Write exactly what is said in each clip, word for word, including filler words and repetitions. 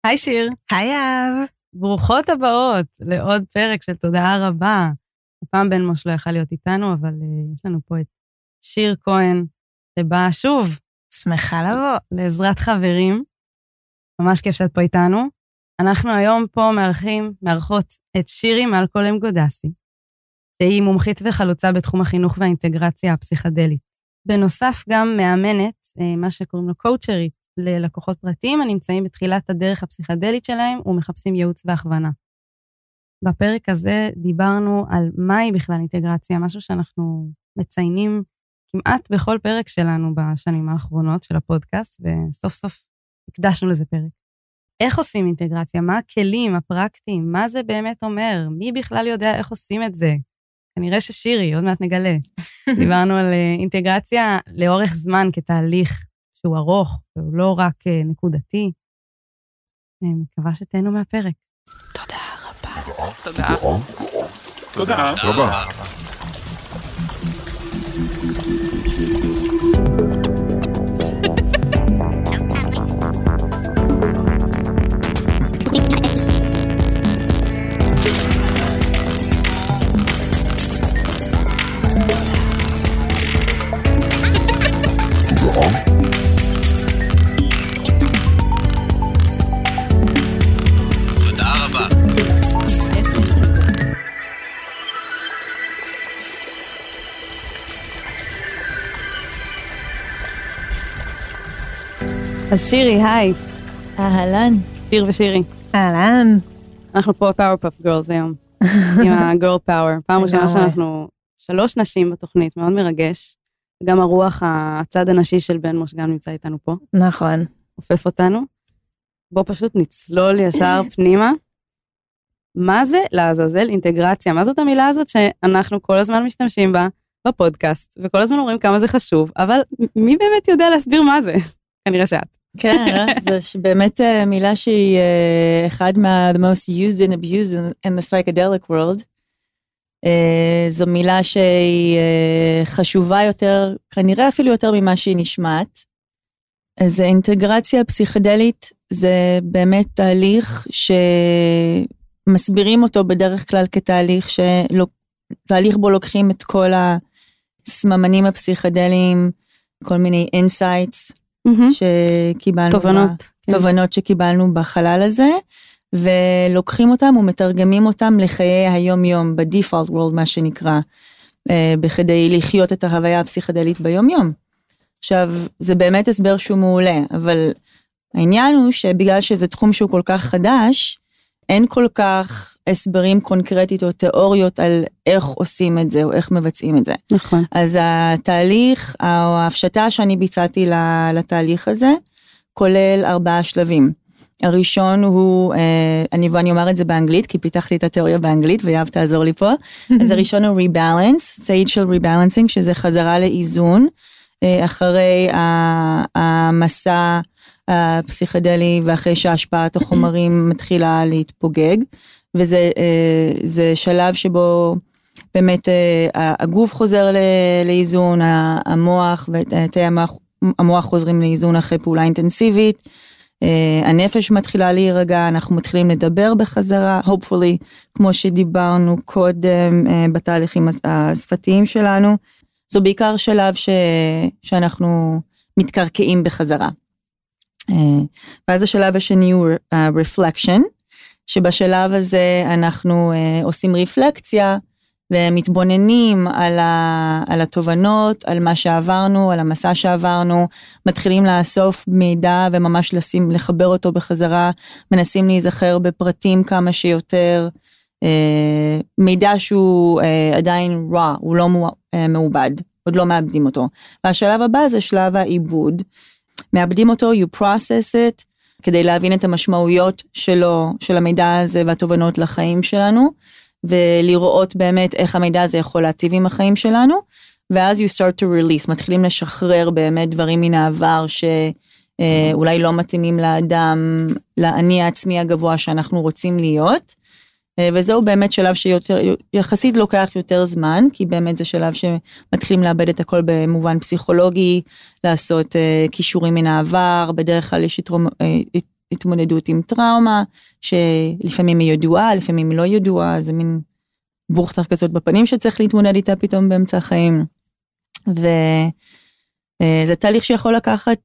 היי שיר. היי אב. ברוכות הבאות לעוד פרק של תודעה רבה. הפעם בן מוש לא יכל להיות איתנו, אבל uh, יש לנו פה את שיר כהן, שבאה שוב. שמחה לבוא. לעזרת חברים. ממש כיף שאת פה איתנו. אנחנו היום פה מארחים, מארחות את שירי מאלכוהול גודסי, שהיא מומחית וחלוצה בתחום החינוך והאינטגרציה הפסיכדלית. בנוסף גם מאמנת, מה שקוראים לו קואוצ'רית, ללקוחות פרטיים הנמצאים בתחילת הדרך הפסיכדלית שלהם ומחפשים ייעוץ והכוונה. בפרק הזה דיברנו על מהי בכלל אינטגרציה, משהו שאנחנו מציינים כמעט בכל פרק שלנו בשנים האחרונות של הפודקאסט, וסוף סוף הקדשנו לזה פרק. איך עושים אינטגרציה? מה הכלים הפרקטיים? מה זה באמת אומר? מי בכלל יודע איך עושים את זה? כנראה ששירי, עוד מעט נגלה. דיברנו על אינטגרציה לאורך זמן כתהליך שהוא ארוך, והוא לא רק נקודתי. אני מקווה שתהנו מהפרק. תודה רבה. תודה. תודה רבה. אז שירי, היי. אהלן. שיר ושירי. אהלן. אנחנו פה פאורפאף גרלס היום, עם הגרל פאוור. פעם ראשונה שאנחנו שלוש נשים בתוכנית, מאוד מרגש. גם הרוח, הצד הנשי של בן מוש גם נמצא איתנו פה. נכון. הופף אותנו. בוא פשוט נצלול ישר פנימה. מה זה לעזאזל אינטגרציה? מה זאת המילה הזאת שאנחנו כל הזמן משתמשים בה בפודקאסט, וכל הזמן אומרים כמה זה חשוב, אבל מי באמת יודע להסביר מה זה? כנראה שאת. כן, זו באמת מילה שהיא אחד מה the most used and abused in, in the psychedelic world. זו מילה שהיא חשובה יותר, כנראה אפילו יותר ממה שהיא נשמעת. אז אינטגרציה פסיכדלית זה באמת תהליך שמסבירים אותו בדרך כלל כתהליך שלא, תהליך בו לוקחים את כל הסממנים הפסיכדליים, כל מיני insights, שקיבלנו, תובנות, תובנות שקיבלנו בחלל הזה, ולוקחים אותם ומתרגמים אותם לחיי היום יום, בדיפולט וורלד מה שנקרא, בכדי לחיות את ההוויה הפסיכדלית ביום יום. עכשיו, זה באמת הסבר שהוא מעולה, אבל העניין הוא שבגלל שזה תחום שהוא כל כך חדש, אין כל כך הסברים קונקרטית או תיאוריות על איך עושים את זה או איך מבצעים את זה. נכון. אז התהליך, או ההפשטה שאני ביצעתי לתהליך הזה, כולל ארבעה שלבים. הראשון הוא, אני ואני אומר את זה באנגלית, כי פיתחתי את התיאוריה באנגלית, ויאב תעזור לי פה. אז הראשון הוא ריבלנס, סייג' של ריבלנסינג, שזה חזרה לאיזון, אחרי המסע הפסיכדלי, ואחרי שהשפעת החומרים מתחילה להתפוגג, וזה זה שלב שבו באמת הגוף חוזר לאיזון, המוח ותאי המוח, המוח חוזרים לאיזון אחרי פעולה אינטנסיבית, הנפש מתחילה להירגע, אנחנו מתחילים לדבר בחזרה, hopefully, כמו שדיברנו קודם בתהליכים השפתיים שלנו, זו בעיקר שלב ש, שאנחנו מתקרקעים בחזרה. ואז השלב השני הוא uh, reflection, שבשלב הזה אנחנו uh, עושים רפלקציה, ומתבוננים על, ה, על התובנות, על מה שעברנו, על המסע שעברנו, מתחילים לאסוף מידע וממש לשים, לחבר אותו בחזרה, מנסים להיזכר בפרטים כמה שיותר, uh, מידע שהוא uh, עדיין raw, הוא לא מעובד, עוד לא מאבדים אותו. והשלב הבא זה שלב העיבוד, מאבדים אותו, you process it, כדי להבין את המשמעויות שלו, של המידע הזה והתובנות לחיים שלנו, ולראות באמת איך המידע הזה יכול להטיב עם החיים שלנו, ואז you start to release, מתחילים לשחרר באמת דברים מן העבר, שאולי לא מתאימים לאדם, לאני העצמי הגבוה שאנחנו רוצים להיות, וזהו באמת שלב שיחסית לוקח יותר זמן, כי באמת זה שלב שמתחילים לאבד את הכל במובן פסיכולוגי, לעשות קישורים מן העבר, בדרך כלל יש התמודדות עם טראומה, שלפעמים היא ידועה, לפעמים היא לא ידועה, זה מין בוכתר כזאת בפנים שצריך להתמודד איתה פתאום באמצע החיים. וזה תהליך שיכול לקחת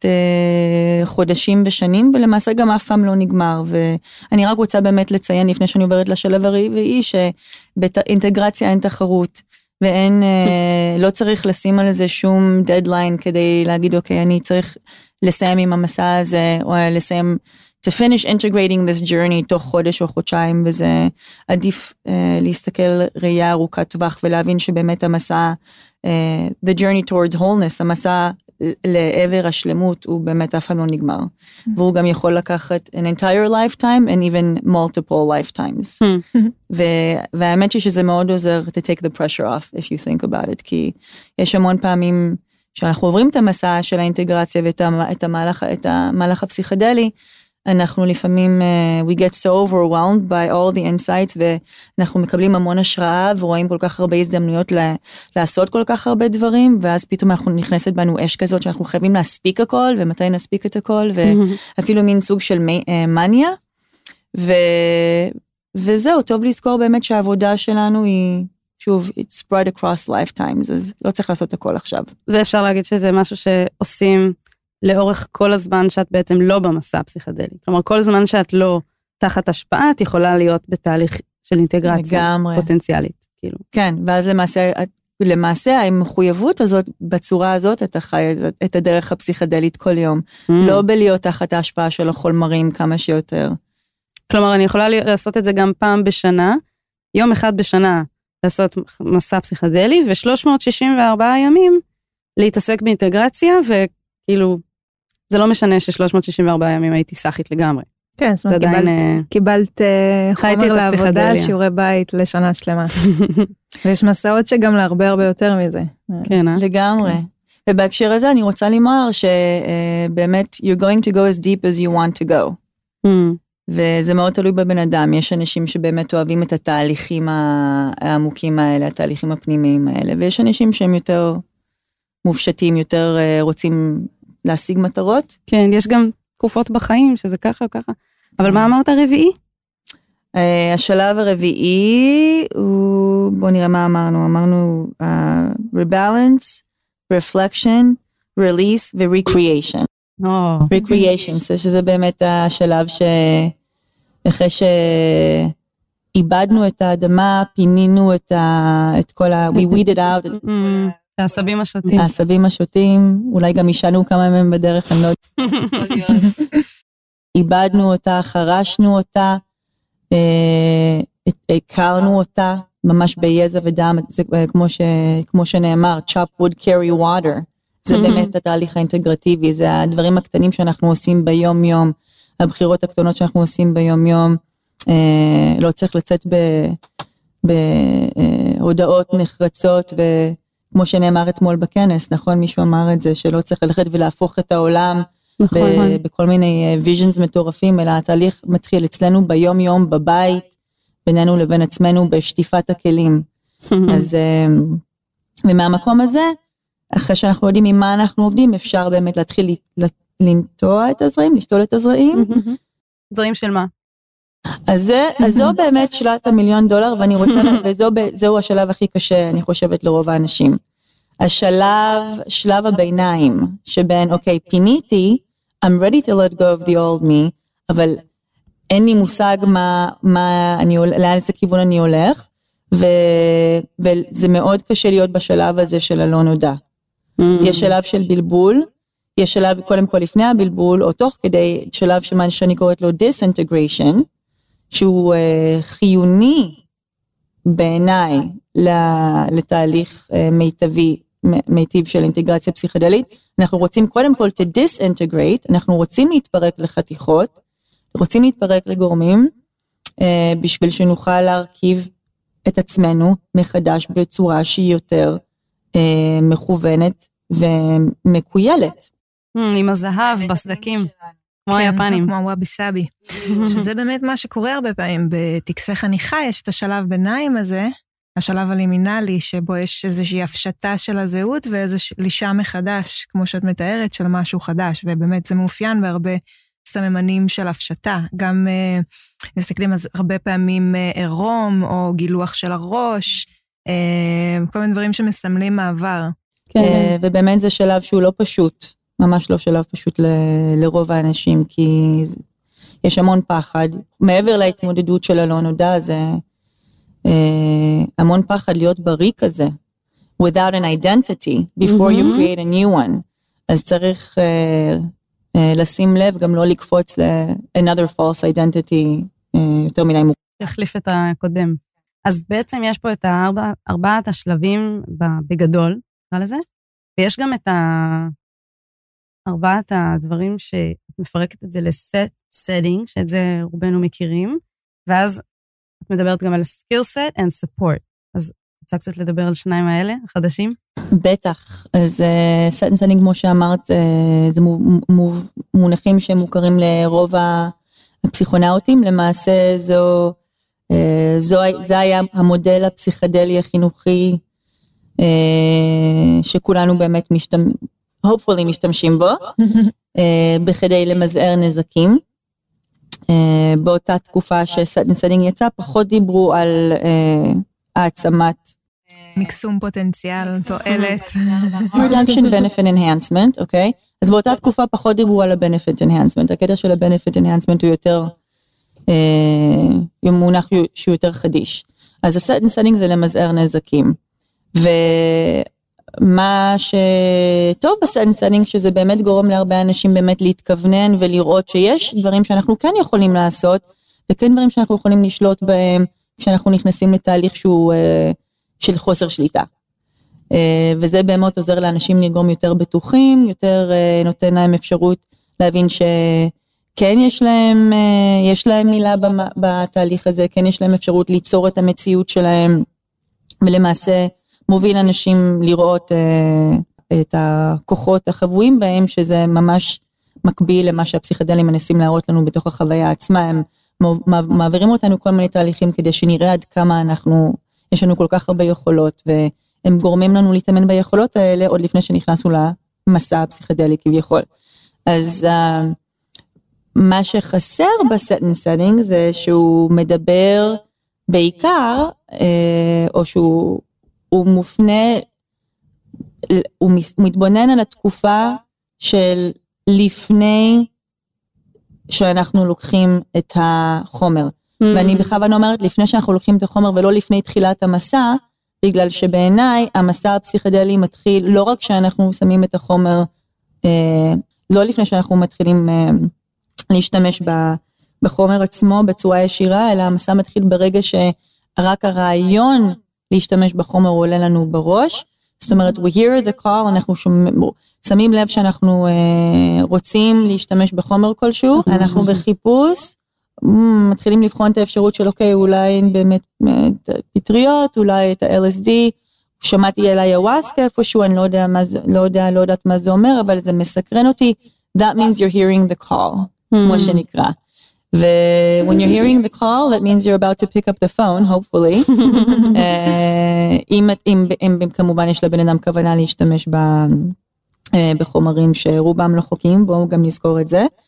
חודשים ושנים, ולמעשה גם אף פעם לא נגמר. ואני רק רוצה באמת לציין, לפני שאני עוברת לשלב הרביעי, שבאינטגרציה אין תחרות, ואין, לא צריך לשים על זה שום דדליין, כדי להגיד, אוקיי, אני צריך לסיים עם המסע הזה, או לסיים, to finish integrating this journey תוך חודש או חודשיים, וזה עדיף uh, להסתכל ראייה ארוכת טווח, ולהבין שבאמת המסע, uh, the journey towards wholeness, המסע לעבר השלמות, הוא באמת אף פעם לא נגמר. Mm-hmm. והוא גם יכול לקחת an entire lifetime, and even multiple lifetimes. Mm-hmm. ו- והאמת היא שזה מאוד עוזר to take the pressure off, if you think about it, כי יש המון פעמים, שאנחנו עוברים את המסע של האינטגרציה, ואת את המהלך, את המהלך הפסיכדלי, אנחנו לפעמים, uh, we get so overwhelmed by all the insights, ואנחנו מקבלים המון השראה, ורואים כל כך הרבה הזדמנויות ל- לעשות כל כך הרבה דברים, ואז פתאום אנחנו נכנסת בנו אש כזאת, שאנחנו חייבים להספיק הכל, ומתי נספיק את הכל, ואפילו מין סוג של מניה, ו- וזהו, טוב לזכור באמת שהעבודה שלנו היא, שוב, it's spread across lifetimes, אז לא צריך לעשות הכל עכשיו. ואפשר להגיד שזה משהו שעושים לאורך כל הזמן שאת בעצם לא במסע פסיכדלי. כלומר, כל זמן שאת לא תחת השפעה, את יכולה להיות בתהליך של אינטגרציה לגמרי. פוטנציאלית. כאילו. כן, ואז למעשה, למעשה המחויבות הזאת, בצורה הזאת, אתה חי את הדרך הפסיכדלית כל יום. Mm. לא בלהיות תחת ההשפעה של החולמרים כמה שיותר. כלומר, אני יכולה לעשות את זה גם פעם בשנה, יום אחד בשנה, לעשות מסע פסיכדלי, ו-שלוש מאות שישים וארבעה ימים להתעסק באינטגרציה, וכאילו, זה לא משנה ש-שלוש מאות שישים וארבעה ימים הייתי סחית לגמרי. כן, זאת אומרת, קיבלת, uh, קיבלת uh, חומר לעבודה, שיעורי בית לשנה שלמה. ויש מסעות שגם להרבה הרבה יותר מזה. כן, אה? לגמרי. ובהקשר הזה אני רוצה לומר שבאמת, you're going to go as deep as you want to go. וזה מאוד תלוי בבן אדם, יש אנשים שבאמת אוהבים את התהליכים העמוקים האלה, התהליכים הפנימיים האלה, ויש אנשים שהם יותר מופשטים, יותר רוצים להשיג מטרות. כן, יש גם תקופות בחיים שזה ככה או ככה, אבל מה אמרת הרביעי? השלב הרביעי הוא, בוא נראה מה אמרנו, אמרנו rebalance, reflection, release ו-recreation. recreation, שזה באמת השלב שאחרי שאיבדנו את האדמה, פינינו את כל ה... we weeded out את העשבים השוטים. העשבים השוטים, אולי גם ישנו כמה מהם בדרך, אני לא יודעת. איבדנו אותה, חרשנו אותה, הכרנו אותה, ממש ביזע ודם, כמו שנאמר, chop wood carry water. זה באמת התהליך האינטגרטיבי, זה הדברים הקטנים שאנחנו עושים ביום יום, הבחירות הקטנות שאנחנו עושים ביום יום, לא צריך לצאת בהודעות נחרצות, וכמו שנאמר אתמול בכנס, נכון, מישהו אמר את זה, שלא צריך ללכת ולהפוך את העולם, בכל מיני visions מטורפים, אלא התהליך מתחיל אצלנו ביום יום, בבית, בינינו לבין עצמנו, בשטיפת הכלים. אז, ומהמקום הזה, אחרי שאנחנו יודעים עם מה אנחנו עובדים, אפשר באמת להתחיל לנטוע את הזרעים, לשתול את הזרעים. זרעים של מה? אז זו באמת שאלת המיליון דולר, ואני רוצה, וזהו השלב הכי קשה, אני חושבת, לרוב האנשים. השלב, שלב הביניים, שבין, אוקיי, פיניתי, I'm ready to let go of the old me, אבל אין לי מושג מה, מה אני, לאן איזה כיוון אני הולך, וזה מאוד קשה להיות בשלב הזה של הלא נודע. יש שלב של בלבול, יש שלב קודם כל לפני הבלבול, או תוך כדי שלב שמה שאני קוראת לו disintegration, שהוא uh, חיוני בעיניי לתהליך uh, מיטבי, מיטיב של אינטגרציה פסיכדלית. אנחנו רוצים קודם כל to disintegrate, אנחנו רוצים להתפרק לחתיכות, רוצים להתפרק לגורמים, uh, בשביל שנוכל להרכיב את עצמנו מחדש בצורה שהיא יותר אה, מכוונת ומקוילת. עם הזהב בסדקים, כמו היפנים. כמו וואבי סאבי. שזה באמת מה שקורה הרבה פעמים, בטקסי חניכה יש את השלב ביניים הזה, השלב הלימינלי, שבו יש איזושהי הפשטה של הזהות, ואיזו לישה מחדש, כמו שאת מתארת, של משהו חדש, ובאמת זה מאופיין בהרבה סממנים של הפשטה, גם uh, מסתכלים אז הרבה פעמים uh, עירום, או גילוח של הראש, uh, כל מיני דברים שמסמלים מעבר. כן. ובאמת זה שלב שהוא לא פשוט, ממש לא שלב פשוט ל- לרוב האנשים, כי יש המון פחד, מעבר להתמודדות של הלא נודע, זה uh, המון פחד להיות בריא כזה, without an identity, before mm-hmm. you create a new one, אז צריך uh, uh, לשים לב, גם לא לקפוץ ל-another false identity, uh, יותר מדי מוכר. להחליף את הקודם. אז בעצם יש פה את הארבע, ארבעת השלבים בגדול, נקרא לזה, ויש גם את ארבעת הדברים שאת מפרקת את זה לסט, setting, שאת זה רובנו מכירים, ואז את מדברת גם על skill set and support. אז רוצה קצת לדבר על שניים האלה, החדשים? בטח, אז set and setting, כמו שאמרת, זה מונחים שהם מוכרים לרוב הפסיכונאוטים, למעשה זו, זו, זה היה המודל הפסיכדלי החינוכי, שכולנו באמת משתמשים, hopefully משתמשים בו, בכדי למזער נזקים. באותה תקופה ש-set and setting יצא, פחות דיברו על העצמת מקסום פוטנציאל, תועלת. reduction benefit enhancement, אוקיי? אז באותה תקופה פחות דיברו על ה-benefit enhancement. הקטע של ה-benefit enhancement הוא יותר, הוא מונח שהוא יותר חדיש. אז ה-set and setting זה למזער נזקים. ומה שטוב ב-set and setting, שזה באמת גורם להרבה אנשים באמת להתכוונן ולראות שיש דברים שאנחנו כן יכולים לעשות, וכן דברים שאנחנו יכולים לשלוט בהם, כשאנחנו נכנסים לתהליך שהוא של חוסר שליטה. וזה באמת עוזר לאנשים לגרום יותר בטוחים, יותר נותן להם אפשרות להבין שכן יש להם, יש להם מילה בתהליך הזה, כן יש להם אפשרות ליצור את המציאות שלהם, ולמעשה מוביל אנשים לראות את הכוחות החבויים בהם, שזה ממש מקביל למה שהפסיכדלים מנסים להראות לנו בתוך החוויה עצמה, הם מעבירים אותנו כל מיני תהליכים כדי שנראה עד כמה אנחנו, יש לנו כל כך הרבה יכולות, והם גורמים לנו להתאמן ביכולות האלה, עוד לפני שנכנסנו למסע הפסיכדלי כביכול. אז uh, מה שחסר ב-set and setting, זה שהוא מדבר בעיקר, uh, או שהוא הוא מופנה, הוא מתבונן על התקופה של לפני, שאנחנו לוקחים את החומר, mm-hmm. ואני בכוונה אומרת לפני שאנחנו לוקחים את החומר ולא לפני תחילת המסע, בגלל שבעיניי המסע הפסיכדלי מתחיל לא רק שאנחנו שמים את החומר, אה, לא לפני שאנחנו מתחילים אה, להשתמש בחומר עצמו בצורה ישירה, אלא המסע מתחיל ברגע שרק הרעיון להשתמש בחומר עולה לנו בראש, זאת אומרת, we hear the call, אנחנו שמים לב שאנחנו uh, רוצים להשתמש בחומר כלשהו, אנחנו בחיפוש, מתחילים לבחון את האפשרות של, אוקיי, אולי באמת פטריות, אולי את ה-אל אס די, שמעתי על ayahuasca איפשהו, אני לא יודע מה זה, לא יודע, לא יודעת מה זה אומר, אבל זה מסקרן אותי, that means you're hearing the call, כמו שנקרא. ו-when you're hearing the call, that means you're about to pick up the phone, hopefully. אם, אם, אם, אם כמובן יש לבן אדם כוונה להשתמש ב, בחומרים שרובם לא חוקיים, בואו גם נזכור את זה.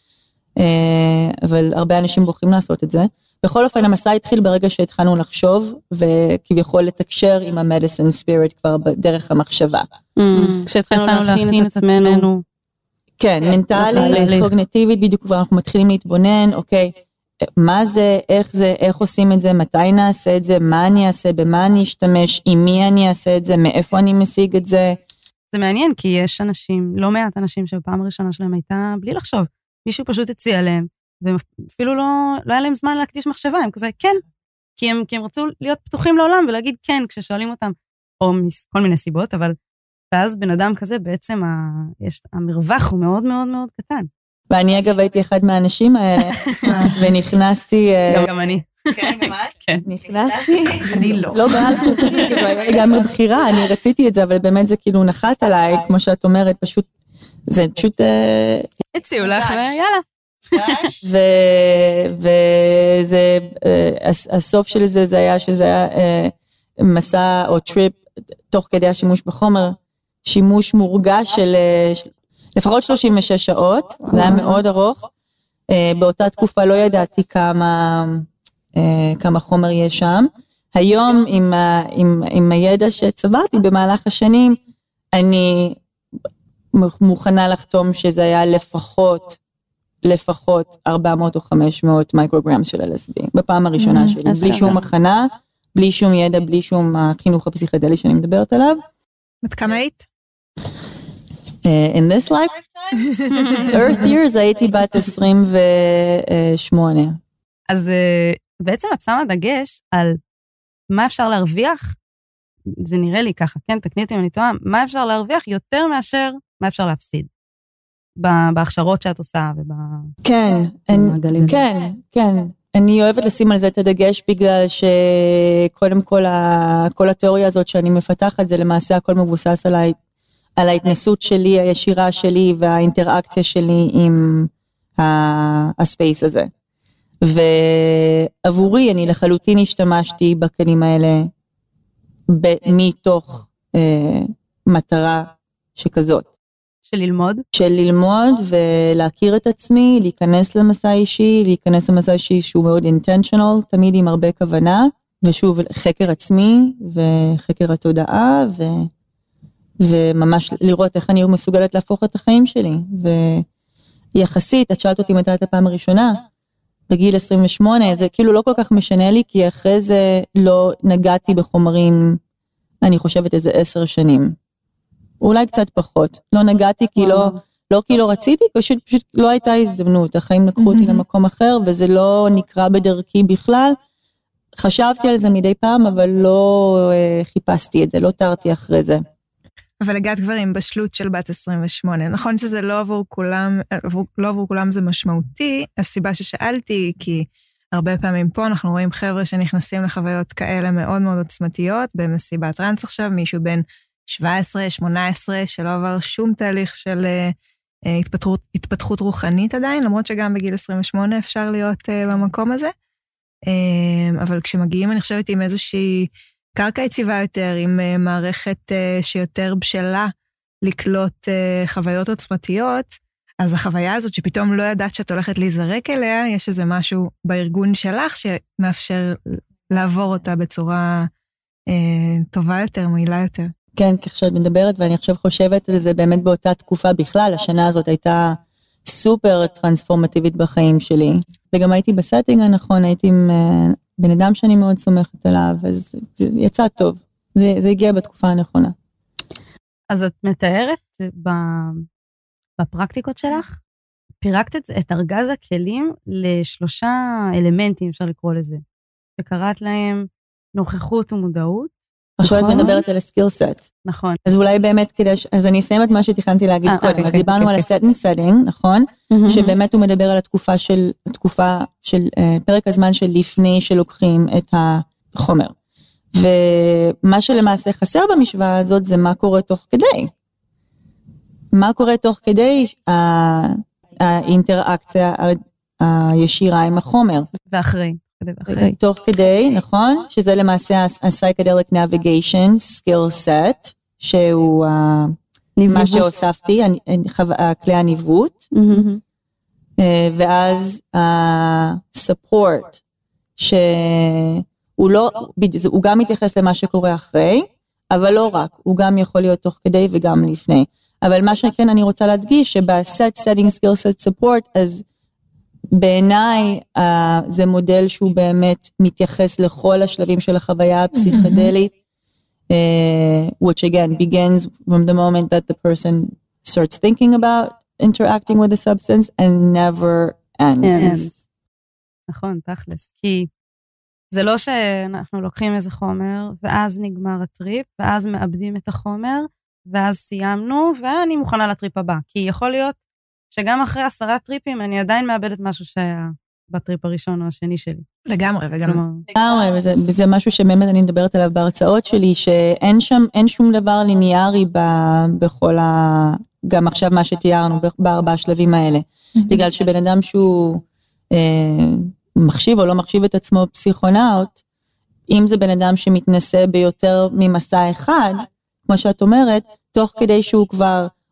אבל הרבה אנשים בוחרים לעשות את זה. בכל אופן, המסע התחיל ברגע שהתחלנו לחשוב, וכביכול לתקשר עם המדיסין ספיריט כבר בדרך המחשבה. כשהתחלנו להכין את עצמנו. כן, מנטלית, קוגניטיבית, בדיוק כבר אנחנו מתחילים להתבונן, אוקיי, מה זה, איך זה, איך עושים את זה, מתי נעשה את זה, מה אני אעשה, במה אני אשתמש, עם מי אני אעשה את זה, מאיפה אני משיג את זה. זה מעניין, כי יש אנשים, לא מעט אנשים שבפעם הראשונה שלהם הייתה בלי לחשוב, מישהו פשוט הציע להם, ואפילו לא, לא היה להם זמן להקדיש מחשבה, הם כזה, כן, כי הם, כי הם רצו להיות פתוחים לעולם ולהגיד כן, כששואלים אותם, או כל מיני סיבות, אבל ואז בן אדם כזה בעצם ה... יש... המרווח הוא מאוד מאוד מאוד קטן. ואני אגב הייתי אחד מהאנשים האלה, ונכנסתי... גם, גם אני. כן, ממש? כן. נכנסתי... אני לא. לא בעל חופשי, זה היה גם בבחירה, אני רציתי את זה, אבל באמת זה כאילו נחת עליי, כמו שאת אומרת, פשוט... זה פשוט... הציעו לך, ויאללה. וזה... הסוף של זה, זה היה שזה היה מסע או טריפ, תוך כדי השימוש בחומר, שימוש מורגש של לפחות שלושים ושש שעות, זה היה מאוד ארוך, באותה תקופה לא ידעתי כמה, כמה חומר יש שם. היום עם, עם, עם הידע שצברתי במהלך השנים, אני מוכנה לחתום שזה היה לפחות, לפחות ארבע מאות או חמש מאות מייקרוגרם של אל אס די, בפעם הראשונה שלי, בלי שום הכנה, בלי שום ידע, בלי שום החינוך הפסיכדלי שאני מדברת עליו. בת כמה היית? In this lifetime? Earth years, הייתי בת עשרים ושמונה. אז בעצם את שמה דגש על מה אפשר להרוויח, זה נראה לי ככה, כן, תקני אותי אם אני טועה, מה אפשר להרוויח יותר מאשר מה אפשר להפסיד, בהכשרות שאת עושה ובמעגלים. כן, כן, אני אוהבת לשים על זה את הדגש, בגלל שקודם כל, כל התיאוריה הזאת שאני מפתחת, זה למעשה הכל מבוסס על, ה, על ההתנסות שלי, הישירה שלי, והאינטראקציה שלי עם הספייס הזה. ועבורי אני לחלוטין השתמשתי בכלים האלה מתוך אה, מטרה שכזאת. של ללמוד? של ללמוד ולהכיר את עצמי, להיכנס למסע אישי, להיכנס למסע אישי שהוא מאוד intentional, תמיד עם הרבה כוונה, ושוב חקר עצמי וחקר התודעה, ו, וממש לראות איך אני מסוגלת להפוך את החיים שלי. ויחסית, את שאלת אותי מתי את הפעם הראשונה, בגיל עשרים ושמונה, זה כאילו לא כל כך משנה לי, כי אחרי זה לא נגעתי בחומרים, אני חושבת איזה עשר שנים. אולי קצת פחות. לא נגעתי כי לא, לא כי לא רציתי, פשוט, פשוט לא הייתה הזדמנות. החיים לקחו אותי למקום אחר, וזה לא נקרא בדרכי בכלל. חשבתי על זה מדי פעם, אבל לא חיפשתי את זה, לא תרתי אחרי זה. אבל הגעת כבר עם בשלות של בת עשרים ושמונה. נכון שזה לא עבור כולם, עבור, לא עבור כולם זה משמעותי. הסיבה ששאלתי, כי הרבה פעמים פה אנחנו רואים חבר'ה שנכנסים לחוויות כאלה מאוד מאוד עוצמתיות, במסיבת טרנס עכשיו, מישהו בין שבע עשרה, שמונה עשרה, שלא עבר שום תהליך של uh, התפתחות, התפתחות רוחנית עדיין, למרות שגם בגיל עשרים ושמונה אפשר להיות uh, במקום הזה. Uh, אבל כשמגיעים, אני חושבת, עם איזושהי קרקע יציבה יותר, עם uh, מערכת uh, שיותר בשלה לקלוט uh, חוויות עוצמתיות, אז החוויה הזאת שפתאום לא ידעת שאת הולכת להיזרק אליה, יש איזה משהו בארגון שלך שמאפשר לעבור אותה בצורה uh, טובה יותר, מעילה יותר. כן, כשאת מדברת, ואני עכשיו חושבת על זה באמת באותה תקופה בכלל, השנה הזאת הייתה סופר טרנספורמטיבית בחיים שלי, וגם הייתי בסטינג הנכון, הייתי עם בן אדם שאני מאוד סומכת עליו, אז זה יצא טוב, זה, זה הגיע בתקופה הנכונה. אז את מתארת בפרקטיקות שלך, פירקת את, את ארגז הכלים לשלושה אלמנטים, אפשר לקרוא לזה, שקראת להם נוכחות ומודעות, עכשיו את מדברת על הסקיל סט. נכון. אז אולי באמת כדי, אז אני אסיים את מה שתכנתי להגיד קודם. אז דיברנו על הסט נסטינג, נכון? שבאמת הוא מדבר על התקופה של, התקופה של פרק הזמן של לפני שלוקחים את החומר. ומה שלמעשה חסר במשוואה הזאת זה מה קורה תוך כדי. מה קורה תוך כדי האינטראקציה הישירה עם החומר. ואחרי. תוך כדי, נכון? שזה למעשה ה-psychedelic navigation skill set, שהוא מה שהוספתי, כלי הניווט, ואז ה-support, שהוא לא, הוא גם מתייחס למה שקורה אחרי, אבל לא רק, הוא גם יכול להיות תוך כדי וגם לפני. אבל מה שכן אני רוצה להדגיש, שב-set setting skill set support, אז בעיניי uh, זה מודל שהוא באמת מתייחס לכל השלבים של החוויה הפסיכדלית, uh, which again begins from the moment that the person starts thinking about interacting with the substance and never ends. Yes. נכון, תכלס, כי זה לא שאנחנו לוקחים איזה חומר, ואז נגמר הטריפ, ואז מאבדים את החומר, ואז סיימנו, ואני מוכנה לטריפ הבא, כי יכול להיות שגם אחרי עשרה טריפים, אני עדיין מאבדת משהו שהיה בטריפ הראשון או השני שלי. לגמרי, וגם... לגמרי, וזה, וזה משהו שבאמת אני מדברת עליו בהרצאות שלי, שאין שם, אין שום דבר ליניארי ב, בכל ה... גם עכשיו מה שתיארנו, בארבעה השלבים האלה. בגלל שבן אדם שהוא אה, מחשיב או לא מחשיב את עצמו פסיכונאוט, אם זה בן אדם שמתנסה ביותר ממסע אחד, כמו שאת אומרת, תוך כדי שהוא כבר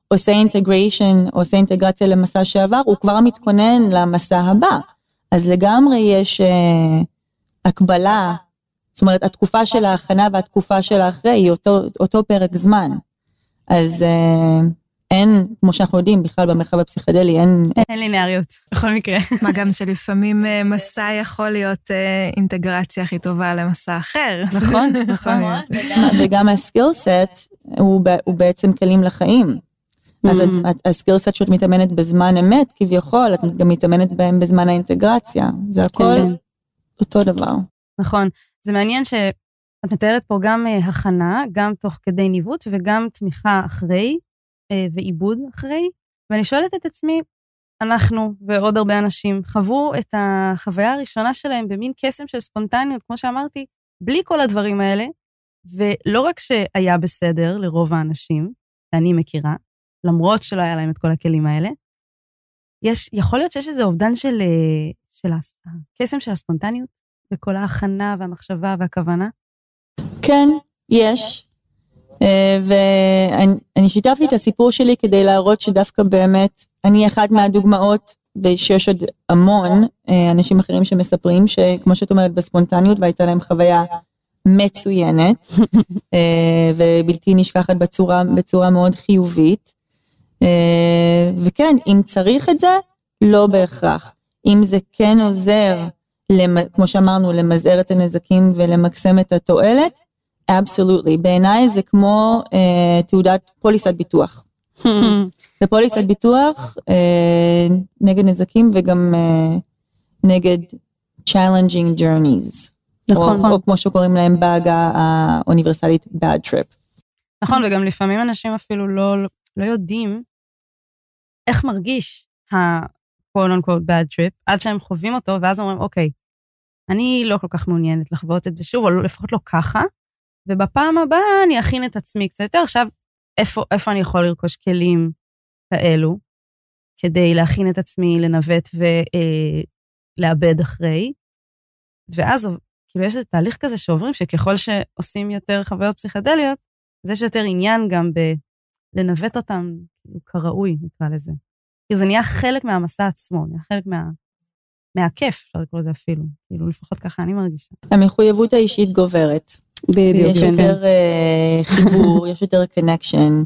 עושה אינטגריישן, עושה אינטגרציה למסע שעבר, הוא כבר מתכונן למסע הבא. אז לגמרי יש uh, הקבלה, זאת אומרת, התקופה של ההכנה והתקופה של האחרי, היא אותו, אותו פרק זמן. אז uh, אין, כמו שאנחנו יודעים, בכלל במרחב הפסיכדלי, אין... אין לינאריות, בכל מקרה. מה גם שלפעמים מסע יכול להיות אינטגרציה הכי טובה למסע אחר. נכון, נכון. וגם הסקיל סט הוא בעצם כלים לחיים. אז הסקיל סט שאת מתאמנת בזמן אמת, כביכול, את גם מתאמנת בהם בזמן האינטגרציה. זה הכל אותו דבר. נכון. זה מעניין שאת מתארת פה גם הכנה, גם תוך כדי ניווט, וגם תמיכה אחרי, ועיבוד אחרי, ואני שואלת את עצמי, אנחנו ועוד הרבה אנשים חוו את החוויה הראשונה שלהם במין קסם של ספונטניות, כמו שאמרתי, בלי כל הדברים האלה, ולא רק שהיה בסדר לרוב האנשים, שאני מכירה, למרות שלא היה להם את כל הכלים האלה, יש, יכול להיות שיש איזה אובדן של, של הקסם של הספונטניות, וכל ההכנה והמחשבה והכוונה? כן, יש. ואני שיתפתי את הסיפור שלי כדי להראות שדווקא באמת אני אחת מהדוגמאות ושיש עוד המון אנשים אחרים שמספרים שכמו שאת אומרת בספונטניות והייתה להם חוויה מצוינת ובלתי נשכחת בצורה, בצורה מאוד חיובית וכן אם צריך את זה לא בהכרח אם זה כן עוזר כמו שאמרנו למזער את הנזקים ולמקסם את התועלת Absolutely. בעיניי זה כמו uh, תעודת פוליסת ביטוח. זה פוליסת ביטוח uh, נגד נזקים וגם uh, נגד challenging journeys. נכון. או, או כמו שקוראים להם בעגה האוניברסלית bad trip. נכון, וגם לפעמים אנשים אפילו לא, לא יודעים איך מרגיש ה-quote unquote bad trip, עד שהם חווים אותו, ואז אומרים, אוקיי, אני לא כל כך מעוניינת לחוות את זה שוב, או לפחות לא ככה, ובפעם הבאה אני אכין את עצמי קצת יותר. עכשיו, איפה, איפה אני יכול לרכוש כלים כאלו, כדי להכין את עצמי, לנווט ולאבד אחרי, ואז, כאילו, יש איזה תהליך כזה שעוברים, שככל שעושים יותר חוויות פסיכדליות, אז יש יותר עניין גם בלנווט אותם כראוי, נקרא לזה. כי זה נהיה חלק מהמסע עצמו, נהיה חלק מה, מהכיף, אפשר לקרוא לזה אפילו. כאילו, לפחות ככה אני מרגישה. המחויבות האישית גוברת. בדיוק. יש יותר חיבור, יש יותר קונקשן,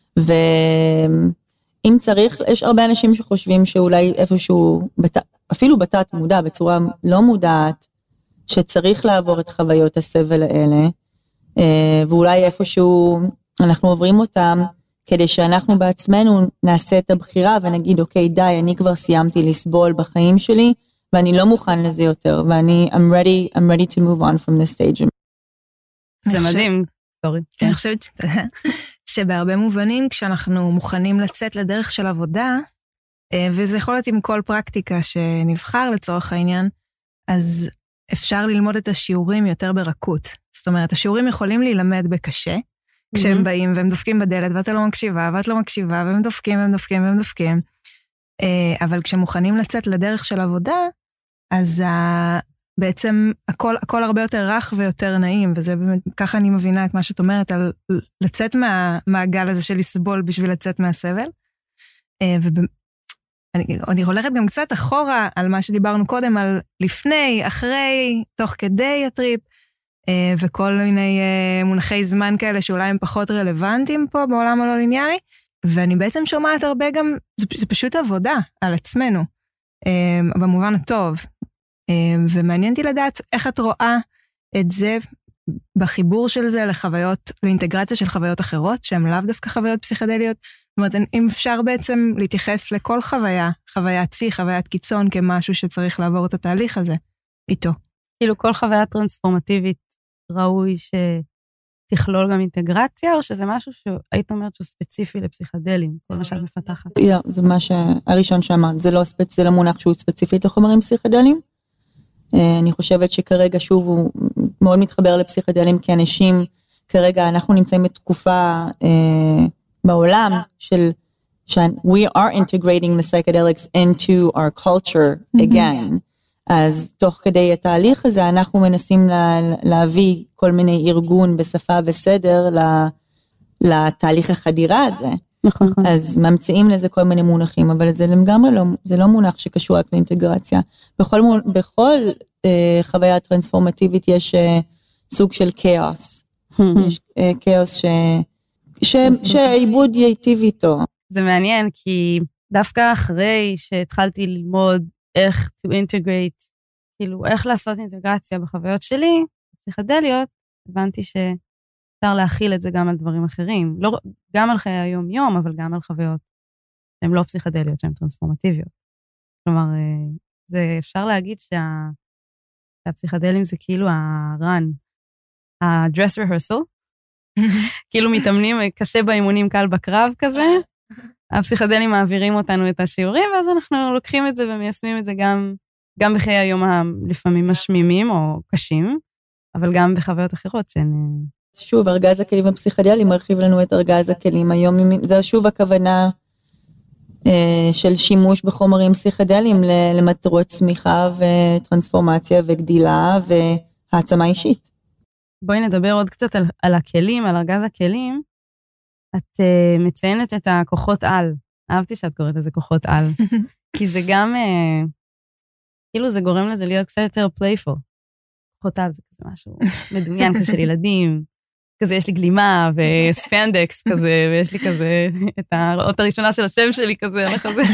ואם צריך, יש הרבה אנשים שחושבים שאולי איפשהו, אפילו בתת מודע, בצורה לא מודעת, שצריך לעבור את חוויות הסבל האלה, ואולי איפשהו אנחנו עוברים אותם, כדי שאנחנו בעצמנו נעשה את הבחירה, ונגיד, אוקיי, די, אני כבר סיימתי לסבול בחיים שלי, ואני לא מוכן לזה יותר, ואני, I'm ready, I'm ready to move on from this stage. זה מדהים, סורי. אני חושבת שבהרבה מובנים, כשאנחנו מוכנים לצאת לדרך של עבודה, וזה יכול להיות עם כל פרקטיקה שנבחר לצורך העניין, אז אפשר ללמוד את השיעורים יותר ברכות. זאת אומרת, השיעורים יכולים להילמד בקשה, כשהם באים והם דופקים בדלת, ואתה לא מקשיבה, ואת לא מקשיבה, והם דופקים, והם דופקים, והם דופקים. אבל כשמוכנים לצאת לדרך של עבודה, אז בעצם הכל, הכל הרבה יותר רך ויותר נעים, וזה באמת, ככה אני מבינה את מה שאת אומרת, על לצאת מהמעגל הזה של לסבול בשביל לצאת מהסבל. ואני אני הולכת גם קצת אחורה על מה שדיברנו קודם, על לפני, אחרי, תוך כדי הטריפ, וכל מיני מונחי זמן כאלה שאולי הם פחות רלוונטיים פה בעולם הלא ליניארי, ואני בעצם שומעת הרבה גם, זה, זה פשוט עבודה על עצמנו, במובן הטוב. ומעניינתי לדעת איך את רואה את זה בחיבור של זה לחוויות, לאינטגרציה של חוויות אחרות, שהן לאו דווקא חוויות פסיכדליות. זאת אומרת, אם אפשר בעצם להתייחס לכל חוויה, חוויית צי, חוויית קיצון, כמשהו שצריך לעבור את התהליך הזה איתו. כאילו כל חוויה טרנספורמטיבית ראוי שתכלול גם אינטגרציה, או שזה משהו שהיית אומרת שהוא ספציפי לפסיכדלים, כל מה שאת מפתחת? לא, זה מה שהראשון שאמרת, זה לא, זה לא מונח שהוא ספציפית לחומרים פסיכדלים. אני חושבת שכרגע שוב הוא מאוד מתחבר לפסיכדלים, כי אנשים, כרגע אנחנו נמצאים בתקופה אה, בעולם של, ש- we are integrating the psychedelics into our culture again. Mm-hmm. אז תוך כדי התהליך הזה, אנחנו מנסים לה, להביא כל מיני ארגון בשפה וסדר לתהליך החדירה הזה. נכון. אז ממציאים לזה כל מיני מונחים, אבל זה לגמרי לא, זה לא מונח שקשור רק לאינטגרציה. בכל, בכל אה, חוויה טרנספורמטיבית יש אה, סוג של כאוס. יש אה, כאוס ש, ש, שעיבוד ייטיב איתו. זה מעניין, כי דווקא אחרי שהתחלתי ללמוד איך to integrate, כאילו איך לעשות אינטגרציה בחוויות שלי, פסיכדליות, הבנתי שאפשר להכיל את זה גם על דברים אחרים. לא, גם על חיי היום-יום, אבל גם על חוויות שהן לא פסיכדליות, שהן טרנספורמטיביות. כלומר, זה אפשר להגיד שה, שהפסיכדלים זה כאילו ה-run, ה-dress rehearsal, כאילו מתאמנים, קשה באימונים, קל בקרב כזה, הפסיכדלים מעבירים אותנו את השיעורים, ואז אנחנו לוקחים את זה ומיישמים את זה גם, גם בחיי היום לפעמים משמימים או קשים, אבל גם בחוויות אחרות שהן... שוב, ארגז הכלים הפסיכדליים מרחיב לנו את ארגז הכלים היום, זה שוב הכוונה אה, של שימוש בחומרים פסיכדליים למטרות צמיחה וטרנספורמציה וגדילה והעצמה אישית. בואי נדבר עוד קצת על, על הכלים, על ארגז הכלים. את uh, מציינת את הכוחות על. אהבתי שאת קוראת לזה כוחות על. כי זה גם, uh, כאילו זה גורם לזה להיות קצת יותר playful. כוחות על זה כזה משהו מדומיין כזה של ילדים. כזה יש לי גלימה וספנדקס כזה, ויש לי כזה את האות הראשונה של השם שלי כזה, על החזה.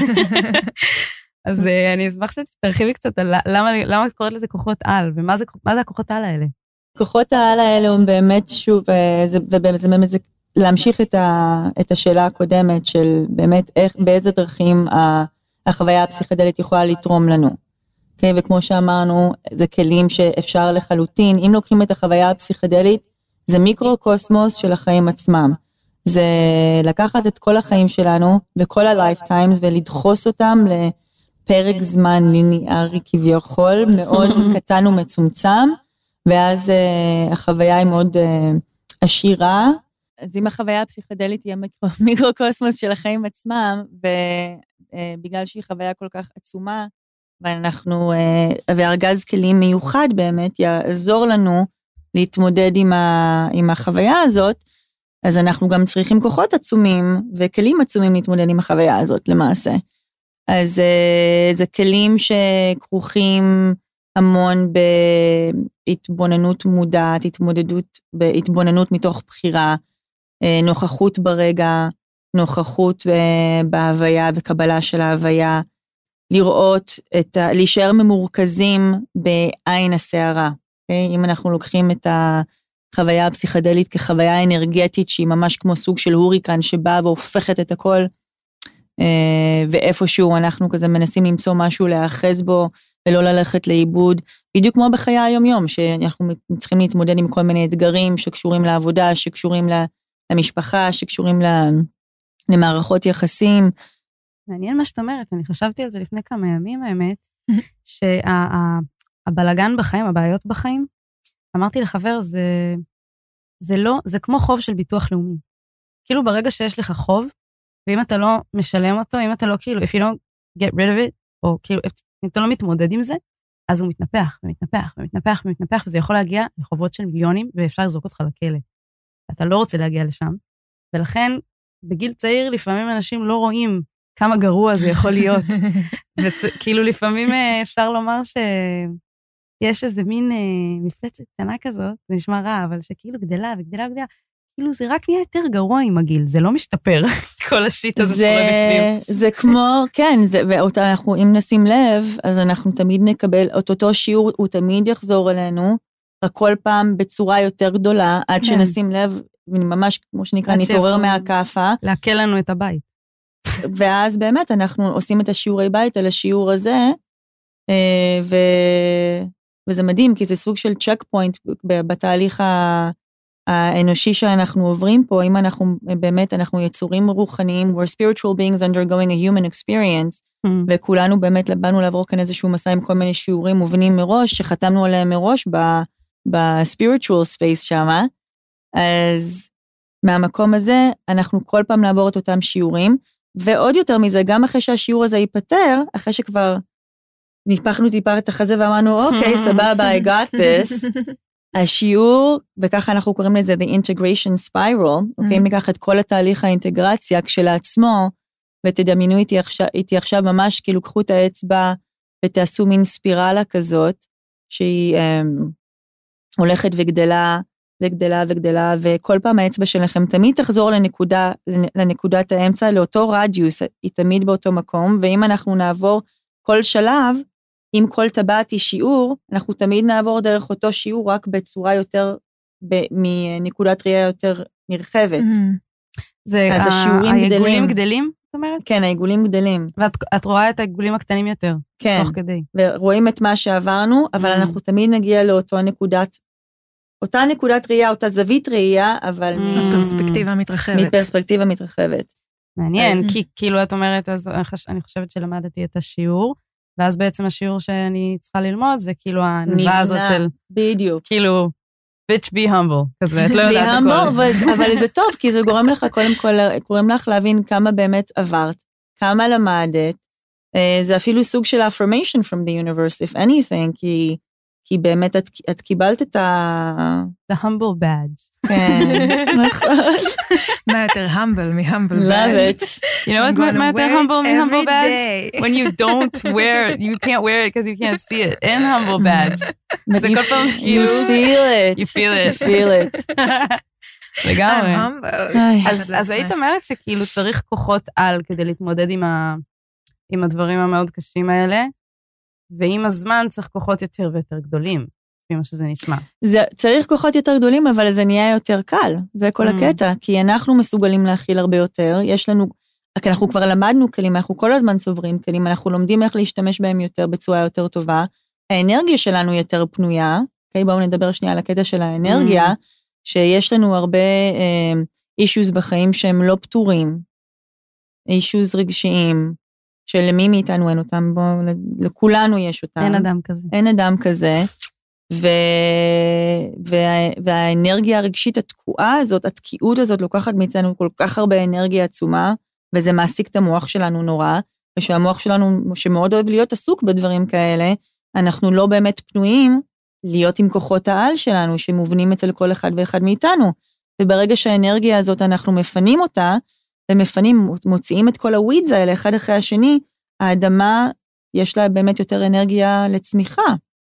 אז uh, אני אשמח שתרחיבי קצת על למה, למה את קוראת לזה כוחות על, ומה זה, מה זה הכוחות על האלה? כוחות העל האלה הם באמת שוב, זה, ובאמת זה, זה להמשיך את, ה, את השאלה הקודמת של באמת איך, באיזה דרכים החוויה הפסיכדלית יכולה לתרום לנו. Okay, וכמו שאמרנו, זה כלים שאפשר לחלוטין, אם לוקחים את החוויה הפסיכדלית, זה מיקרו-קוסמוס של החיים עצמם. זה לקחת את כל החיים שלנו, וכל ה-lifetimes, ולדחוס אותם לפרק זמן ליניארי כביכול, מאוד קטן ומצומצם, ואז uh, החוויה היא מאוד uh, עשירה, אז אם החוויה הפסיכדלית היא המיקרו-קוסמוס של החיים עצמם, ובגלל uh, שהיא חוויה כל כך עצומה, ואנחנו, uh, וארגז כלים מיוחד באמת, יעזור לנו להתמודד עם, ה, עם החוויה הזאת, אז אנחנו גם צריכים כוחות עצומים, וכלים עצומים להתמודד עם החוויה הזאת למעשה. אז uh, זה כלים שכרוכים, המון בהתבוננות מודעת, התמודדות, בהתבוננות מתוך בחירה, נוכחות ברגע, נוכחות בהוויה וקבלה של ההוויה, לראות את ה... להישאר ממורכזים בעין הסערה. Okay? אם אנחנו לוקחים את החוויה הפסיכדלית כחוויה אנרגטית, שהיא ממש כמו סוג של הוריקן שבאה והופכת את הכל, ואיפשהו אנחנו כזה מנסים למצוא משהו להאחז בו, ולא ללכת לאיבוד, בדיוק כמו בחיי היום-יום, שאנחנו צריכים להתמודד עם כל מיני אתגרים שקשורים לעבודה, שקשורים למשפחה, שקשורים למערכות יחסים. מעניין מה שאת אומרת, אני חשבתי על זה לפני כמה ימים, האמת, שהבלגן בחיים, הבעיות בחיים, אמרתי לחבר, זה, זה לא, זה כמו חוב של ביטוח לאומי. כאילו ברגע שיש לך חוב, ואם אתה לא משלם אותו, אם אתה לא כאילו, if you don't get rid of it, או כאילו, אם אתה לא מתמודד עם זה, אז הוא מתנפח ומתנפח ומתנפח ומתנפח, וזה יכול להגיע לחובות של מיליונים, ואפשר לזרוק אותך לכלא. אתה לא רוצה להגיע לשם, ולכן בגיל צעיר לפעמים אנשים לא רואים כמה גרוע זה יכול להיות, וכאילו לפעמים אפשר לומר שיש איזה מין מפלצת קטנה כזאת, זה נשמע רע, אבל שכאילו גדלה וגדלה וגדלה, כאילו זה רק נהיה יותר גרוע עם הגיל, זה לא משתפר, כל השיט הזה שקורה בפנים. זה כמו, כן, ואנחנו, אם נשים לב, אז אנחנו תמיד נקבל, אותו שיעור, הוא תמיד יחזור אלינו, רק כל פעם בצורה יותר גדולה, עד שנשים לב, ממש כמו שנקרא, נתעורר מהקפה. להקל לנו את הבית. ואז באמת אנחנו עושים את השיעורי בית על השיעור הזה, וזה מדהים, כי זה סוג של צ'ק פוינט בתהליך ה... האנושי שאנחנו עוברים פה, אם אנחנו באמת, אנחנו יצורים רוחניים, we're spiritual beings undergoing a human experience, mm. וכולנו באמת באנו לעבור כאן איזשהו מסע עם כל מיני שיעורים מובנים מראש, שחתמנו עליהם מראש ב-spiritual space שמה, אז מהמקום הזה, אנחנו כל פעם לעבור את אותם שיעורים, ועוד יותר מזה, גם אחרי שהשיעור הזה ייפטר, אחרי שכבר ניפחנו טיפה את החזה ואמרנו, אוקיי, סבבה, I got this, השיעור, וככה אנחנו קוראים לזה the integration spiral, אוקיי, אם ניקח את כל התהליך האינטגרציה כשלעצמו, ותדמיינו איתי עכשיו, איתי עכשיו ממש, כאילו קחו את האצבע, ותעשו מין ספירלה כזאת, שהיא um, הולכת וגדלה, וגדלה וגדלה, וכל פעם האצבע שלכם תמיד תחזור לנקודה, לנקודת האמצע, לאותו רדיוס, היא תמיד באותו מקום, ואם אנחנו נעבור כל שלב, אם כל טבעת היא שיעור, אנחנו תמיד נעבור דרך אותו שיעור, רק בצורה יותר, מנקודת ראייה יותר נרחבת. זה אז השיעורים גדלים. העיגולים גדלים, זאת אומרת? כן, העיגולים גדלים. ואת רואה את העיגולים הקטנים יותר, כן, תוך כדי. ורואים את מה שעברנו, אבל אנחנו תמיד נגיע לאותו נקודת, אותה נקודת ראייה, אותה זווית ראייה, אבל מפרספקטיבה מתרחבת. מפרספקטיבה מתרחבת. מעניין, כי כאילו את אומרת, אז אני חושבת שלמדתי את השיעור, ואז בעצם השיעור שאני צריכה ללמוד, זה כאילו הענבה הזאת של... בדיוק. כאילו, bitch be humble, כזה, את לא יודעת הכל. be humble, אבל זה טוב, כי זה גורם לך, קודם כל, גורם לך להבין כמה באמת עברת, כמה למדת, זה אפילו סוג של affirmation from the universe, if anything, כי... כי באמת את, את קיבלת את ה... The humble badge. כן, נכון. מה יותר humble מ-humble badge? Love it. You know what, מה יותר humble מ-humble badge? When you don't wear it, you can't wear it because you can't see it. אין humble badge. זה כל פעם כאילו... You feel it. You feel it. You feel it. לגמרי. I'm humble. אז היית אומרת שכאילו צריך כוחות על כדי להתמודד עם הדברים המאוד קשים האלה, ועם הזמן צריך כוחות יותר ויותר גדולים, לפי מה שזה נשמע. זה, צריך כוחות יותר גדולים, אבל זה נהיה יותר קל, זה כל mm. הקטע, כי אנחנו מסוגלים להכיל הרבה יותר, יש לנו, אנחנו כבר למדנו כלים, אנחנו כל הזמן צוברים כלים, אנחנו לומדים איך להשתמש בהם יותר בצורה יותר טובה, האנרגיה שלנו יותר פנויה, okay, בואו נדבר שנייה על הקטע של האנרגיה, mm. שיש לנו הרבה אישוז uh, בחיים שהם לא פתורים, אישוז רגשיים, שלמי מאיתנו אין אותם, בו, לכולנו יש אותם. אין אדם כזה. אין אדם כזה, ו... וה... והאנרגיה הרגשית התקועה הזאת, התקיעות הזאת לוקחת מאיתנו כל כך הרבה אנרגיה עצומה, וזה מעסיק את המוח שלנו נורא, ושהמוח שלנו, שמאוד אוהב להיות עסוק בדברים כאלה, אנחנו לא באמת פנויים להיות עם כוחות העל שלנו, שמובנים אצל כל אחד ואחד מאיתנו, וברגע שהאנרגיה הזאת אנחנו מפנים אותה, ומפנים, מוציאים את כל הווידס האלה, אחד אחרי השני, האדמה, יש לה באמת יותר אנרגיה לצמיחה.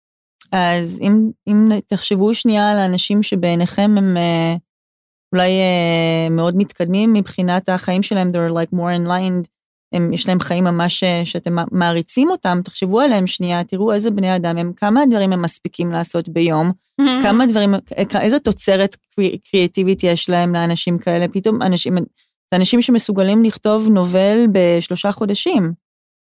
אז אם, אם תחשבו שנייה על האנשים שבעיניכם הם אולי מאוד מתקדמים מבחינת החיים שלהם, they're like more enlightened, הם, יש להם חיים ממש שאתם מעריצים אותם, תחשבו עליהם שנייה, תראו איזה בני אדם הם, כמה דברים הם מספיקים לעשות ביום, כמה דברים, איזה תוצרת קריאטיבית יש להם לאנשים כאלה, פתאום אנשים... זה אנשים שמסוגלים לכתוב נובל בשלושה חודשים.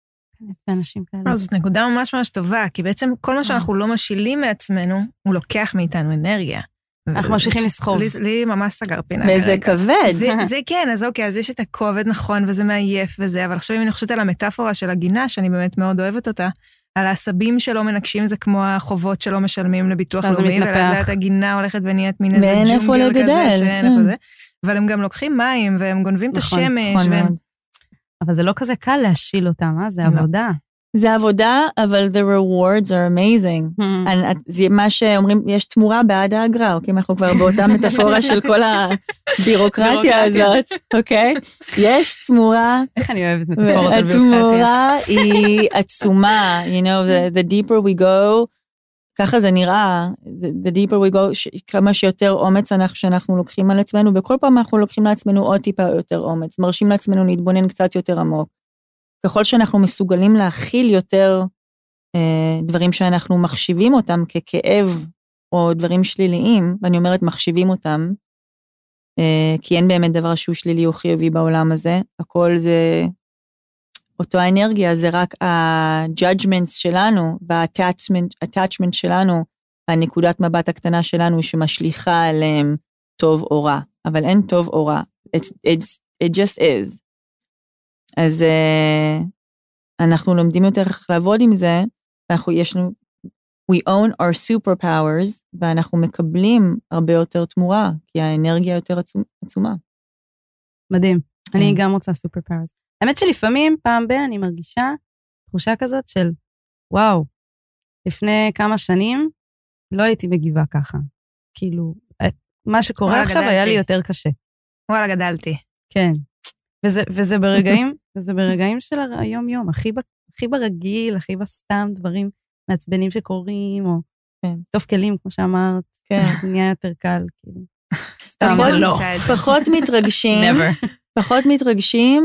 אנשים כאלה. אז זו נקודה ממש ממש טובה, כי בעצם כל מה שאנחנו לא משילים מעצמנו, הוא לוקח מאיתנו אנרגיה. אנחנו ממשיכים לסחוב. לי ממש סגר פינה. וזה כבד. זה כן, אז אוקיי, אז יש את הכובד נכון, וזה מעייף וזה, אבל עכשיו אם אני חושבת על המטאפורה של הגינה, שאני באמת מאוד אוהבת אותה, על העשבים שלא מנקשים, זה כמו החובות שלא משלמים לביטוח לאומי, ולאט הגינה הולכת ונהיית מין איזה ג'ונגל כזה, שאין איפה זה. אבל הם גם לוקחים מים, והם גונבים את השמש, והם... אבל זה לא כזה קל להשיל אותם, אה? זה עבודה. זה עבודה, אבל the rewards are amazing. זה מה שאומרים, יש תמורה בעד האגרה, אוקיי? אנחנו כבר באותה מטאפורה של כל הבירוקרטיה הזאת, אוקיי? יש תמורה... איך אני אוהבת מטאפורות על בירוקרטיה? התמורה היא עצומה, you know, the, the deeper we go, ככה זה נראה, the deeper we go, כמה שיותר אומץ אנחנו, שאנחנו לוקחים על עצמנו, וכל פעם אנחנו לוקחים לעצמנו עוד טיפה יותר אומץ, מרשים לעצמנו להתבונן קצת יותר עמוק. ככל שאנחנו מסוגלים להכיל יותר אה, דברים שאנחנו מחשיבים אותם ככאב, או דברים שליליים, ואני אומרת מחשיבים אותם, אה, כי אין באמת דבר שהוא שלילי או חיובי בעולם הזה, הכל זה... אותו האנרגיה, זה רק ה-judgments שלנו, וה-attachment שלנו, הנקודת מבט הקטנה שלנו, שמשליחה עליהם טוב או רע. אבל אין טוב או רע. It's, it's, it just is. אז uh, אנחנו לומדים יותר איך לעבוד עם זה, ואנחנו יש לנו, we own our superpowers, ואנחנו מקבלים הרבה יותר תמורה, כי האנרגיה יותר עצומה. מדהים. אני גם רוצה superpowers. האמת שלפעמים, פעם בה, אני מרגישה תחושה כזאת של, וואו, לפני כמה שנים לא הייתי מגיבה ככה. כאילו, מה שקורה עכשיו היה לי יותר קשה. וואלה, גדלתי. כן. וזה, וזה ברגעים, וזה ברגעים של היום יום, הכי, הכי ברגיל, הכי בסתם דברים מעצבנים שקורים, או כן. טוב כלים, כמו שאמרת, כן. נהיה יותר קל, כאילו. סתם, פחות, זה לא. פחות מתרגשים, Never. פחות מתרגשים,